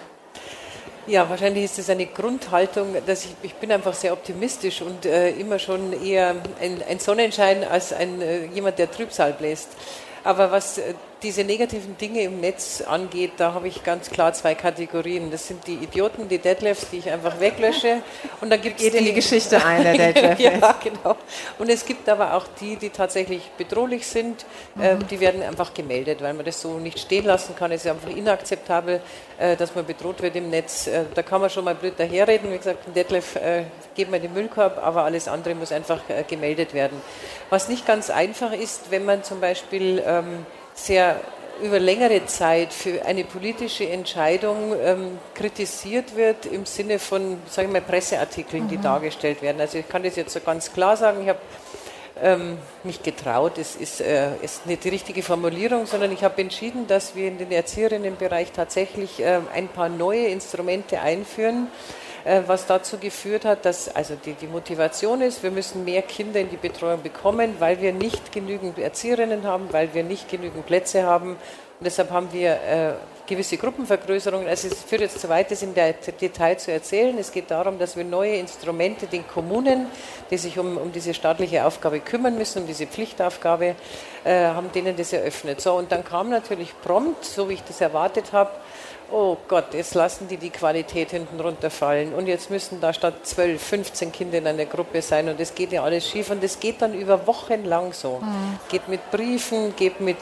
Ja, wahrscheinlich ist das eine Grundhaltung, dass ich bin einfach sehr optimistisch und immer schon eher ein Sonnenschein als jemand, der Trübsal bläst. Aber was diese negativen Dinge im Netz angeht, da habe ich ganz klar zwei Kategorien. Das sind die Idioten, die Deadlifts, die ich einfach weglösche. Und dann gibt es in die Geschichte ein, der Deadlift. Ja, genau. Und es gibt aber auch die tatsächlich bedrohlich sind. Die werden einfach gemeldet, weil man das so nicht stehen lassen kann. Es ist einfach inakzeptabel, dass man bedroht wird im Netz. Da kann man schon mal blöd daherreden. Wie gesagt, ein Deadlift geht man in den Müllkorb, aber alles andere muss einfach gemeldet werden. Was nicht ganz einfach ist, wenn man zum Beispiel sehr über längere Zeit für eine politische Entscheidung kritisiert wird im Sinne von, sagen wir mal, Presseartikeln, die dargestellt werden. Also ich kann das jetzt so ganz klar sagen, ich habe mich getraut, es ist nicht die richtige Formulierung, sondern ich habe entschieden, dass wir in den Erzieherinnenbereich tatsächlich ein paar neue Instrumente einführen, was dazu geführt hat, dass also die Motivation ist, wir müssen mehr Kinder in die Betreuung bekommen, weil wir nicht genügend Erzieherinnen haben, weil wir nicht genügend Plätze haben. Und deshalb haben wir gewisse Gruppenvergrößerungen. Also es führt jetzt zu weit, das im Detail zu erzählen. Es geht darum, dass wir neue Instrumente den Kommunen, die sich um diese staatliche Aufgabe kümmern müssen, um diese Pflichtaufgabe, haben denen das eröffnet. So, und dann kam natürlich prompt, so wie ich das erwartet habe, oh Gott, jetzt lassen die Qualität hinten runterfallen und jetzt müssen da statt 12, 15 Kinder in einer Gruppe sein und das geht ja alles schief und das geht dann über Wochen lang so. Geht mit Briefen, geht mit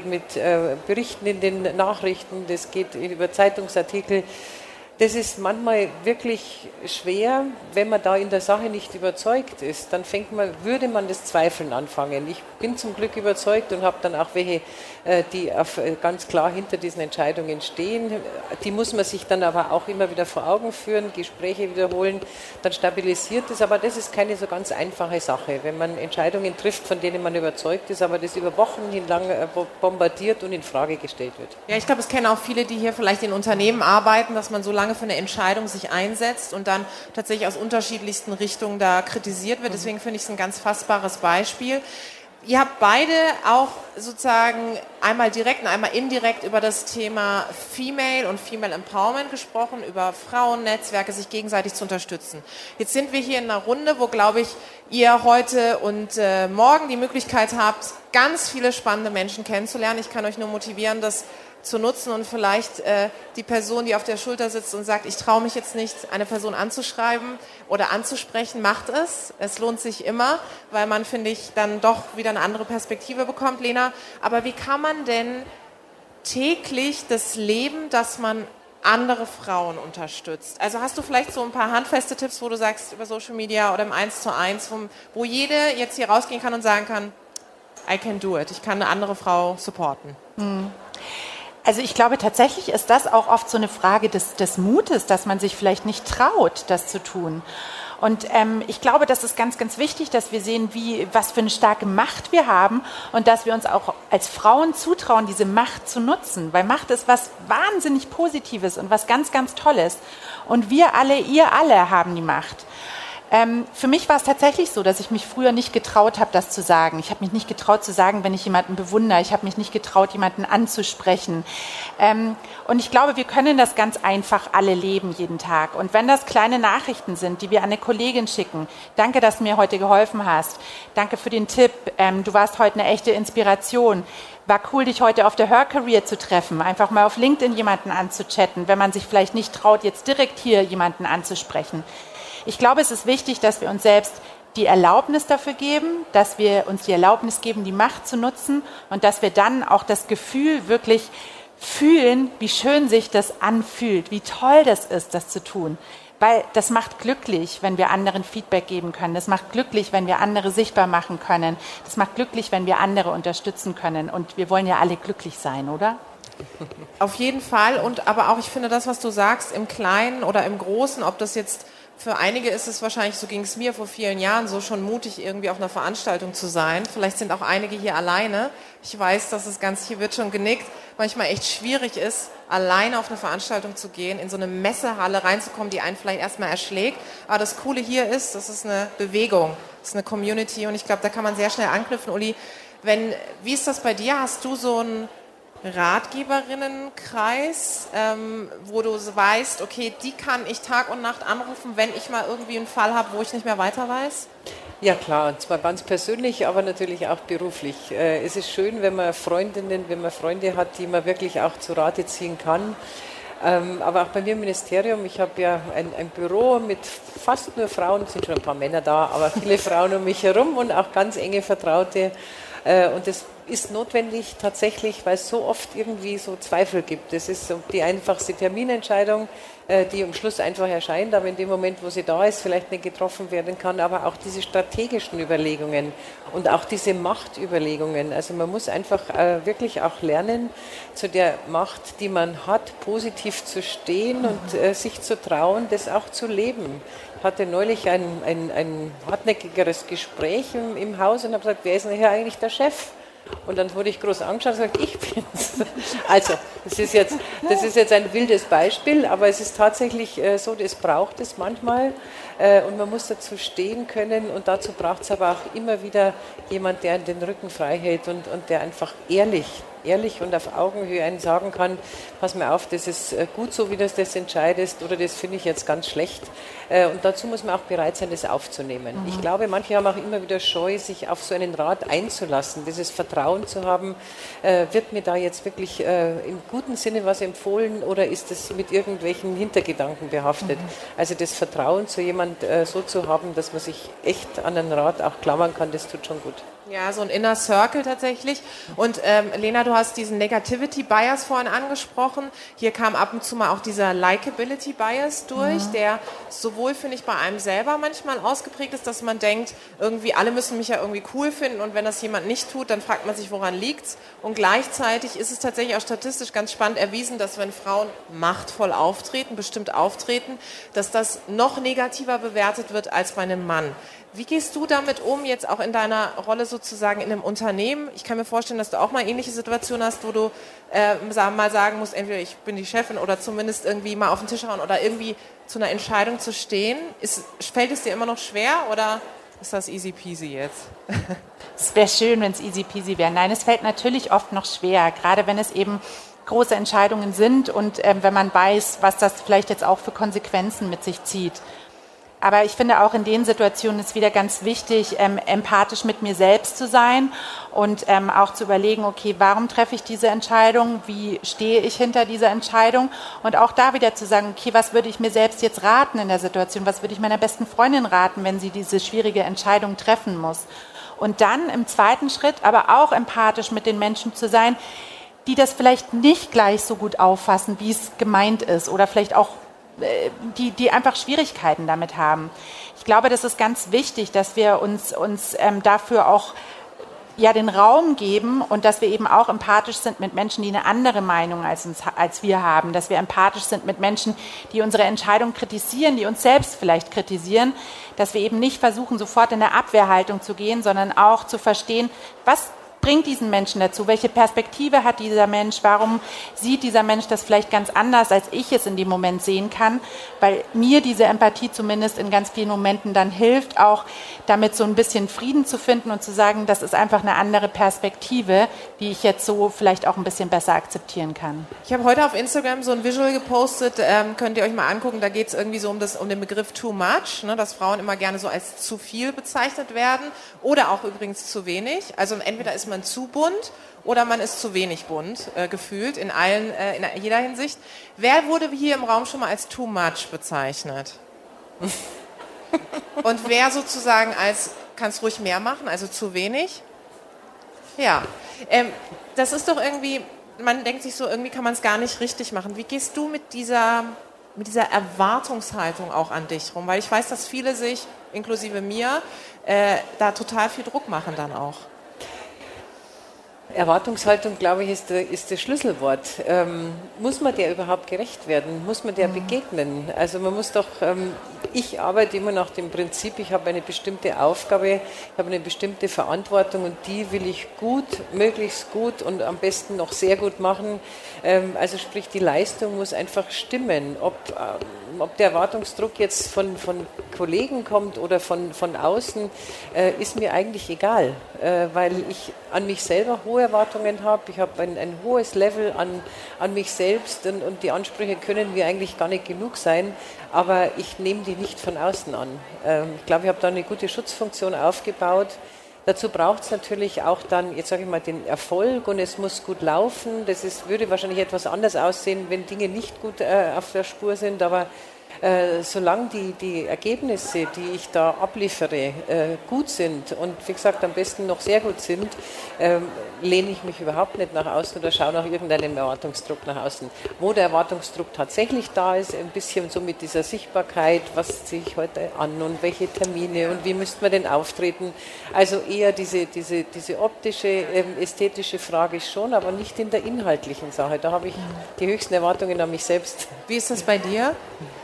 Berichten in den Nachrichten, das geht über Zeitungsartikel. Das ist manchmal wirklich schwer, wenn man da in der Sache nicht überzeugt ist. Dann würde man das Zweifeln anfangen. Ich bin zum Glück überzeugt und habe dann auch welche, die ganz klar hinter diesen Entscheidungen stehen. Die muss man sich dann aber auch immer wieder vor Augen führen, Gespräche wiederholen, dann stabilisiert es. Aber das ist keine so ganz einfache Sache, wenn man Entscheidungen trifft, von denen man überzeugt ist, aber das über Wochen hinlang bombardiert und in Frage gestellt wird. Ja, ich glaube, es kennen auch viele, die hier vielleicht in Unternehmen arbeiten, dass man so lange für eine Entscheidung sich einsetzt und dann tatsächlich aus unterschiedlichsten Richtungen da kritisiert wird. Deswegen finde ich es ein ganz fassbares Beispiel. Ihr habt beide auch sozusagen einmal direkt und einmal indirekt über das Thema Female und Female Empowerment gesprochen, über Frauennetzwerke, sich gegenseitig zu unterstützen. Jetzt sind wir hier in einer Runde, wo, glaube ich, ihr heute und morgen die Möglichkeit habt, ganz viele spannende Menschen kennenzulernen. Ich kann euch nur motivieren, das zu nutzen und vielleicht die Person, die auf der Schulter sitzt und sagt, ich traue mich jetzt nicht, eine Person anzuschreiben oder anzusprechen, macht es. Es lohnt sich immer, weil man, finde ich, dann doch wieder eine andere Perspektive bekommt, Lena. Aber wie kann man denn täglich das Leben, dass man andere Frauen unterstützt? Also hast du vielleicht so ein paar handfeste Tipps, wo du sagst, über Social Media oder im 1:1, wo jede jetzt hier rausgehen kann und sagen kann, I can do it, ich kann eine andere Frau supporten? Also ich glaube, tatsächlich ist das auch oft so eine Frage des Mutes, dass man sich vielleicht nicht traut, das zu tun. Und ich glaube, das ist ganz, ganz wichtig, dass wir sehen, was für eine starke Macht wir haben und dass wir uns auch als Frauen zutrauen, diese Macht zu nutzen. Weil Macht ist was wahnsinnig Positives und was ganz, ganz Tolles. Und wir alle, ihr alle haben die Macht. Für mich war es tatsächlich so, dass ich mich früher nicht getraut habe, das zu sagen. Ich habe mich nicht getraut zu sagen, wenn ich jemanden bewundere. Ich habe mich nicht getraut, jemanden anzusprechen. Und ich glaube, wir können das ganz einfach alle leben jeden Tag. Und wenn das kleine Nachrichten sind, die wir an eine Kollegin schicken, danke, dass du mir heute geholfen hast. Danke für den Tipp. Du warst heute eine echte Inspiration. War cool, dich heute auf der Her Career zu treffen. Einfach mal auf LinkedIn jemanden anzuchatten, wenn man sich vielleicht nicht traut, jetzt direkt hier jemanden anzusprechen. Ich glaube, es ist wichtig, dass wir uns selbst die Erlaubnis dafür geben, dass wir uns die Erlaubnis geben, die Macht zu nutzen und dass wir dann auch das Gefühl wirklich fühlen, wie schön sich das anfühlt, wie toll das ist, das zu tun. Weil das macht glücklich, wenn wir anderen Feedback geben können. Das macht glücklich, wenn wir andere sichtbar machen können. Das macht glücklich, wenn wir andere unterstützen können. Und wir wollen ja alle glücklich sein, oder? Auf jeden Fall. Und aber auch, ich finde das, was du sagst, im Kleinen oder im Großen, ob das jetzt für einige ist es wahrscheinlich, so ging es mir vor vielen Jahren, so schon mutig irgendwie auf einer Veranstaltung zu sein. Vielleicht sind auch einige hier alleine. Ich weiß, dass das Ganze, hier wird schon genickt, manchmal echt schwierig ist, alleine auf eine Veranstaltung zu gehen, in so eine Messehalle reinzukommen, die einen vielleicht erstmal erschlägt. Aber das Coole hier ist, das ist eine Bewegung, das ist eine Community und ich glaube, da kann man sehr schnell anknüpfen. Uli, wie ist das bei dir? Hast du so ein Ratgeberinnenkreis, wo du weißt, okay, die kann ich Tag und Nacht anrufen, wenn ich mal irgendwie einen Fall habe, wo ich nicht mehr weiter weiß? Ja klar, und zwar ganz persönlich, aber natürlich auch beruflich. Es ist schön, wenn man Freundinnen, wenn man Freunde hat, die man wirklich auch zu Rate ziehen kann. Aber auch bei mir im Ministerium, ich habe ja ein Büro mit fast nur Frauen, es sind schon ein paar Männer da, aber viele Frauen um mich herum und auch ganz enge Vertraute. Und das ist notwendig tatsächlich, weil es so oft irgendwie so Zweifel gibt. Das ist so die einfachste Terminentscheidung, die am Schluss einfach erscheint, aber in dem Moment, wo sie da ist, vielleicht nicht getroffen werden kann, aber auch diese strategischen Überlegungen und auch diese Machtüberlegungen. Also man muss einfach wirklich auch lernen, zu der Macht, die man hat, positiv zu stehen und sich zu trauen, das auch zu leben. Ich hatte neulich ein hartnäckigeres Gespräch im Haus und habe gesagt, wer ist denn hier eigentlich der Chef? Und dann wurde ich groß angeschaut und gesagt, ich bin's. Also, das ist jetzt ein wildes Beispiel, aber es ist tatsächlich so, das braucht es manchmal und man muss dazu stehen können und dazu braucht es aber auch immer wieder jemand, der den Rücken frei hält und der einfach ehrlich und auf Augenhöhe einen sagen kann, pass mir auf, das ist gut so, wie du das entscheidest oder das finde ich jetzt ganz schlecht. Und dazu muss man auch bereit sein, das aufzunehmen. Ich glaube, manche haben auch immer wieder Scheu, sich auf so einen Rat einzulassen. Dieses Vertrauen zu haben, wird mir da jetzt wirklich im guten Sinne was empfohlen oder ist das mit irgendwelchen Hintergedanken behaftet? Also das Vertrauen zu jemand so zu haben, dass man sich echt an einen Rat auch klammern kann, das tut schon gut. Ja, so ein Inner Circle tatsächlich. Und Lena, du hast diesen Negativity Bias vorhin angesprochen. Hier kam ab und zu mal auch dieser Likability Bias durch, der sowohl, finde ich, bei einem selber manchmal ausgeprägt ist, dass man denkt, irgendwie alle müssen mich ja irgendwie cool finden und wenn das jemand nicht tut, dann fragt man sich, woran liegt's? Und gleichzeitig ist es tatsächlich auch statistisch ganz spannend erwiesen, dass wenn Frauen machtvoll auftreten, bestimmt auftreten, dass das noch negativer bewertet wird als bei einem Mann. Wie gehst du damit um, jetzt auch in deiner Rolle sozusagen in einem Unternehmen? Ich kann mir vorstellen, dass du auch mal ähnliche Situationen hast, wo du mal sagen musst, entweder ich bin die Chefin oder zumindest irgendwie mal auf den Tisch hauen oder irgendwie zu einer Entscheidung zu stehen. Fällt es dir immer noch schwer oder ist das easy peasy jetzt? Es wäre schön, wenn es easy peasy wäre. Nein, es fällt natürlich oft noch schwer, gerade wenn es eben große Entscheidungen sind und wenn man weiß, was das vielleicht jetzt auch für Konsequenzen mit sich zieht. Aber ich finde auch in den Situationen ist wieder ganz wichtig, empathisch mit mir selbst zu sein und auch zu überlegen, okay, warum treffe ich diese Entscheidung? Wie stehe ich hinter dieser Entscheidung? Und auch da wieder zu sagen, okay, was würde ich mir selbst jetzt raten in der Situation? Was würde ich meiner besten Freundin raten, wenn sie diese schwierige Entscheidung treffen muss? Und dann im zweiten Schritt aber auch empathisch mit den Menschen zu sein, die das vielleicht nicht gleich so gut auffassen, wie es gemeint ist oder vielleicht auch die einfach Schwierigkeiten damit haben. Ich glaube, das ist ganz wichtig, dass wir uns dafür auch den Raum geben und dass wir eben auch empathisch sind mit Menschen, die eine andere Meinung als wir haben, dass wir empathisch sind mit Menschen, die unsere Entscheidung kritisieren, die uns selbst vielleicht kritisieren, dass wir eben nicht versuchen, sofort in eine Abwehrhaltung zu gehen, sondern auch zu verstehen, was bringt diesen Menschen dazu? Welche Perspektive hat dieser Mensch? Warum sieht dieser Mensch das vielleicht ganz anders, als ich es in dem Moment sehen kann? Weil mir diese Empathie zumindest in ganz vielen Momenten dann hilft, auch damit so ein bisschen Frieden zu finden und zu sagen, das ist einfach eine andere Perspektive, die ich jetzt so vielleicht auch ein bisschen besser akzeptieren kann. Ich habe heute auf Instagram so ein Visual gepostet, könnt ihr euch mal angucken, da geht es irgendwie so um den Begriff too much, ne, dass Frauen immer gerne so als zu viel bezeichnet werden oder auch übrigens zu wenig. Also entweder ist man zu bunt oder man ist zu wenig bunt, gefühlt, in jeder Hinsicht. Wer wurde hier im Raum schon mal als too much bezeichnet? Und wer sozusagen als, kannst ruhig mehr machen, also zu wenig? Ja, das ist doch irgendwie, man denkt sich so, irgendwie kann man es gar nicht richtig machen. Wie gehst du mit dieser Erwartungshaltung auch an dich rum? Weil ich weiß, dass viele sich, inklusive mir, da total viel Druck machen dann auch. Erwartungshaltung, glaube ich, ist das Schlüsselwort. Muss man der überhaupt gerecht werden? Muss man der begegnen? Also man muss doch, ich arbeite immer nach dem Prinzip, ich habe eine bestimmte Aufgabe, ich habe eine bestimmte Verantwortung und die will ich gut, möglichst gut und am besten noch sehr gut machen. Also sprich, die Leistung muss einfach stimmen. Ob der Erwartungsdruck jetzt von Kollegen kommt oder von außen, ist mir eigentlich egal, weil ich an mich selber hohe hohe Erwartungen habe. Ich habe ein hohes Level an mich selbst und die Ansprüche können mir eigentlich gar nicht genug sein, aber ich nehme die nicht von außen an. Ich glaube, ich habe da eine gute Schutzfunktion aufgebaut. Dazu braucht es natürlich auch dann, jetzt sage ich mal, den Erfolg und es muss gut laufen. Würde wahrscheinlich etwas anders aussehen, wenn Dinge nicht gut auf der Spur sind, aber solange die Ergebnisse, die ich da abliefere, gut sind und wie gesagt am besten noch sehr gut sind, lehne ich mich überhaupt nicht nach außen oder schaue nach irgendeinem Erwartungsdruck nach außen. Wo der Erwartungsdruck tatsächlich da ist, ein bisschen so mit dieser Sichtbarkeit, was ziehe ich heute an und welche Termine und wie müsste man denn auftreten. Also eher diese optische, ästhetische Frage schon, aber nicht in der inhaltlichen Sache. Da habe ich die höchsten Erwartungen an mich selbst. Wie ist das bei dir?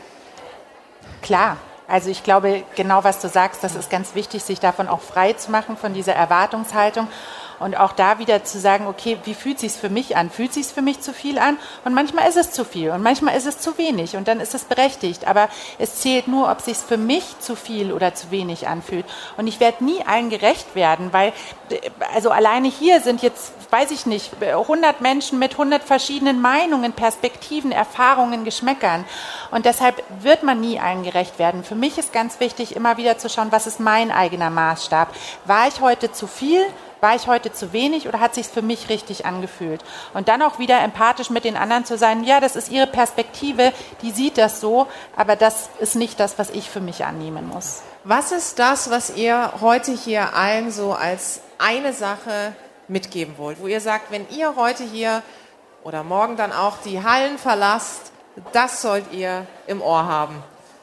Klar, also ich glaube, genau was du sagst, das ist ganz wichtig, sich davon auch frei zu machen, von dieser Erwartungshaltung. Und auch da wieder zu sagen, okay, wie fühlt sich's für mich an? Fühlt sich's für mich zu viel an? Und manchmal ist es zu viel und manchmal ist es zu wenig und dann ist es berechtigt. Aber es zählt nur, ob sich's für mich zu viel oder zu wenig anfühlt. Und ich werde nie allen gerecht werden, weil, also alleine hier sind jetzt, weiß ich nicht, 100 Menschen mit 100 verschiedenen Meinungen, Perspektiven, Erfahrungen, Geschmäckern. Und deshalb wird man nie allen gerecht werden. Für mich ist ganz wichtig, immer wieder zu schauen, was ist mein eigener Maßstab? War ich heute zu viel? War ich heute zu wenig oder hat sich für mich richtig angefühlt? Und dann auch wieder empathisch mit den anderen zu sein, ja, das ist ihre Perspektive, die sieht das so, aber das ist nicht das, was ich für mich annehmen muss. Was ist das, was ihr heute hier allen so als eine Sache mitgeben wollt? Wo ihr sagt, wenn ihr heute hier oder morgen dann auch die Hallen verlasst, das sollt ihr im Ohr haben.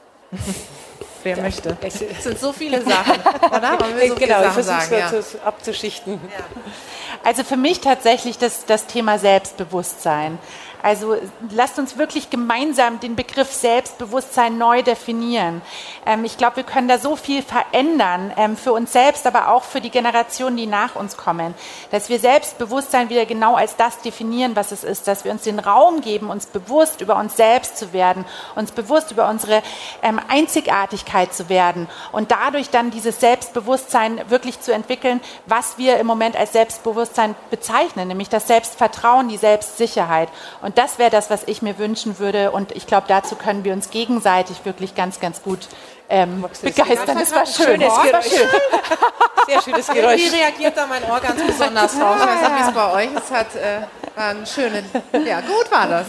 Wer möchte? Es sind so viele Sachen, oder? Man will so genau, viele ich versuche es abzuschichten. Ja. Also für mich tatsächlich das Thema Selbstbewusstsein. Also lasst uns wirklich gemeinsam den Begriff Selbstbewusstsein neu definieren. Ich glaube, wir können da so viel verändern, für uns selbst, aber auch für die Generationen, die nach uns kommen. Dass wir Selbstbewusstsein wieder genau als das definieren, was es ist. Dass wir uns den Raum geben, uns bewusst über uns selbst zu werden, uns bewusst über unsere Einzigartigkeit zu werden und dadurch dann dieses Selbstbewusstsein wirklich zu entwickeln, was wir im Moment als Selbstbewusstsein bezeichnen, nämlich das Selbstvertrauen, die Selbstsicherheit. Und das wäre das, was ich mir wünschen würde. Und ich glaube, dazu können wir uns gegenseitig wirklich ganz, ganz gut begeistern. Das war schön. Sehr schönes Geräusch. Wie reagiert da mein Ohr ganz besonders drauf? Ich weiß nicht, wie es bei euch ist. War ein schönes, ja, gut war das.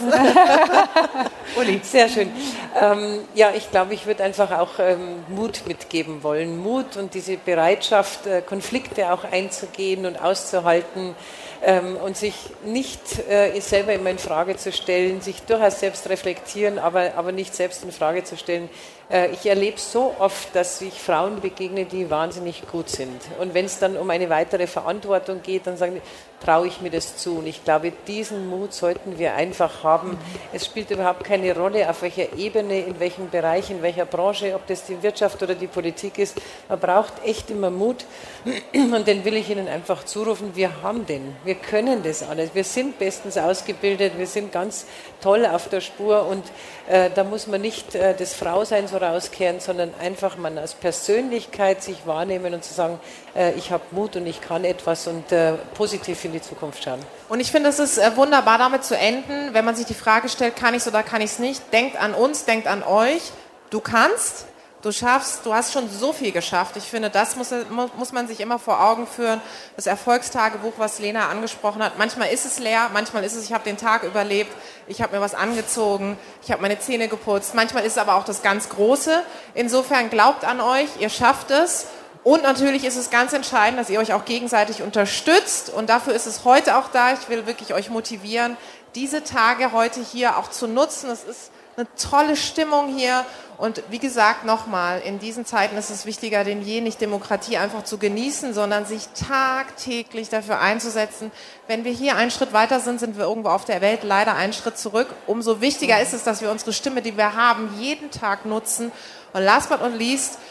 Uli. Sehr schön. Ja, ich glaube, ich würde einfach auch Mut mitgeben wollen. Mut und diese Bereitschaft, Konflikte auch einzugehen und auszuhalten. Und sich nicht selber immer in Frage zu stellen, sich durchaus selbst reflektieren, aber nicht selbst in Frage zu stellen. Ich erlebe so oft, dass ich Frauen begegne, die wahnsinnig gut sind. Und wenn es dann um eine weitere Verantwortung geht, dann sagen die, traue ich mir das zu. Und ich glaube, diesen Mut sollten wir einfach haben. Es spielt überhaupt keine Rolle, auf welcher Ebene, in welchem Bereich, in welcher Branche, ob das die Wirtschaft oder die Politik ist. Man braucht echt immer Mut. Und den will ich Ihnen einfach zurufen, wir haben den. Wir können das alles. Wir sind bestens ausgebildet, wir sind ganz toll auf der Spur und da muss man nicht das Frausein so rauskehren, sondern einfach man als Persönlichkeit sich wahrnehmen und zu sagen, ich habe Mut und ich kann etwas und positiv in die Zukunft schauen. Und ich finde, es ist wunderbar, damit zu enden, wenn man sich die Frage stellt, kann ich es oder kann ich es nicht? Denkt an uns, denkt an euch. Du kannst, du schaffst, du hast schon so viel geschafft. Ich finde, das muss man sich immer vor Augen führen. Das Erfolgstagebuch, was Lena angesprochen hat, manchmal ist es leer, manchmal ist es, ich habe den Tag überlebt, ich habe mir was angezogen, ich habe meine Zähne geputzt. Manchmal ist es aber auch das ganz Große. Insofern glaubt an euch, ihr schafft es. Und natürlich ist es ganz entscheidend, dass ihr euch auch gegenseitig unterstützt. Und dafür ist es heute auch da. Ich will wirklich euch motivieren, diese Tage heute hier auch zu nutzen. Es ist eine tolle Stimmung hier. Und wie gesagt, nochmal, in diesen Zeiten ist es wichtiger denn je, nicht Demokratie einfach zu genießen, sondern sich tagtäglich dafür einzusetzen. Wenn wir hier einen Schritt weiter sind, sind wir irgendwo auf der Welt leider einen Schritt zurück. Umso wichtiger ist es, dass wir unsere Stimme, die wir haben, jeden Tag nutzen. Und last but not least,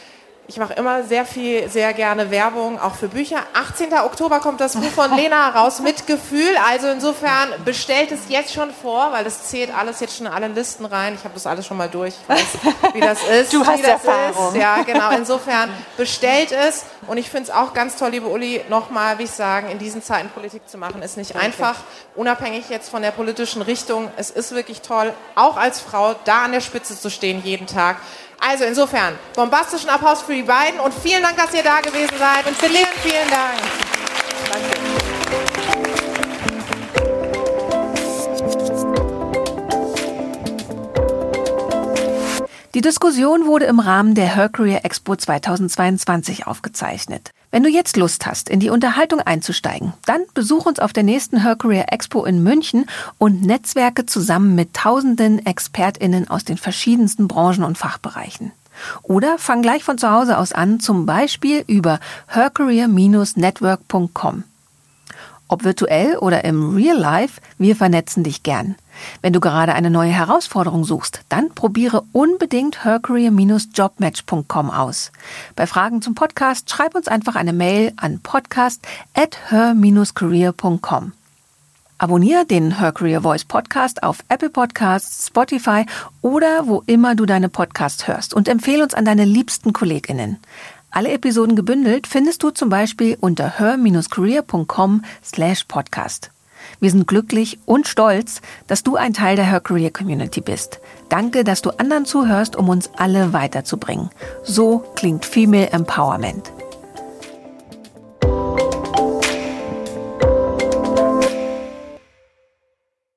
Ich mache immer sehr gerne Werbung, auch für Bücher. 18. Oktober kommt das Buch von Lena raus, Mitgefühl. Also insofern bestellt es jetzt schon vor, weil das zählt alles jetzt schon in alle Listen rein. Ich habe das alles schon mal durch. Ich weiß, wie das ist. Du hast Erfahrung. Ja, genau. Insofern bestellt es. Und ich finde es auch ganz toll, liebe Uli, nochmal, wie ich sagen, in diesen Zeiten Politik zu machen, ist nicht einfach. Unabhängig jetzt von der politischen Richtung. Es ist wirklich toll, auch als Frau da an der Spitze zu stehen, jeden Tag. Also insofern, bombastischen Applaus für die beiden und vielen Dank, dass ihr da gewesen seid. Und vielen Dank. Danke. Die Diskussion wurde im Rahmen der Her Career Expo 2022 aufgezeichnet. Wenn du jetzt Lust hast, in die Unterhaltung einzusteigen, dann besuch uns auf der nächsten Her Career Expo in München und netzwerke zusammen mit tausenden ExpertInnen aus den verschiedensten Branchen und Fachbereichen. Oder fang gleich von zu Hause aus an, zum Beispiel über hercareer-network.com. Ob virtuell oder im Real Life, wir vernetzen dich gern. Wenn du gerade eine neue Herausforderung suchst, dann probiere unbedingt hercareer-jobmatch.com aus. Bei Fragen zum Podcast schreib uns einfach eine Mail an podcast@her-career.com. Abonniere den Her Career Voice Podcast auf Apple Podcasts, Spotify oder wo immer du deine Podcasts hörst und empfehle uns an deine liebsten KollegInnen. Alle Episoden gebündelt findest du zum Beispiel unter her-career.com/podcast. Wir sind glücklich und stolz, dass du ein Teil der Her Career Community bist. Danke, dass du anderen zuhörst, um uns alle weiterzubringen. So klingt Female Empowerment.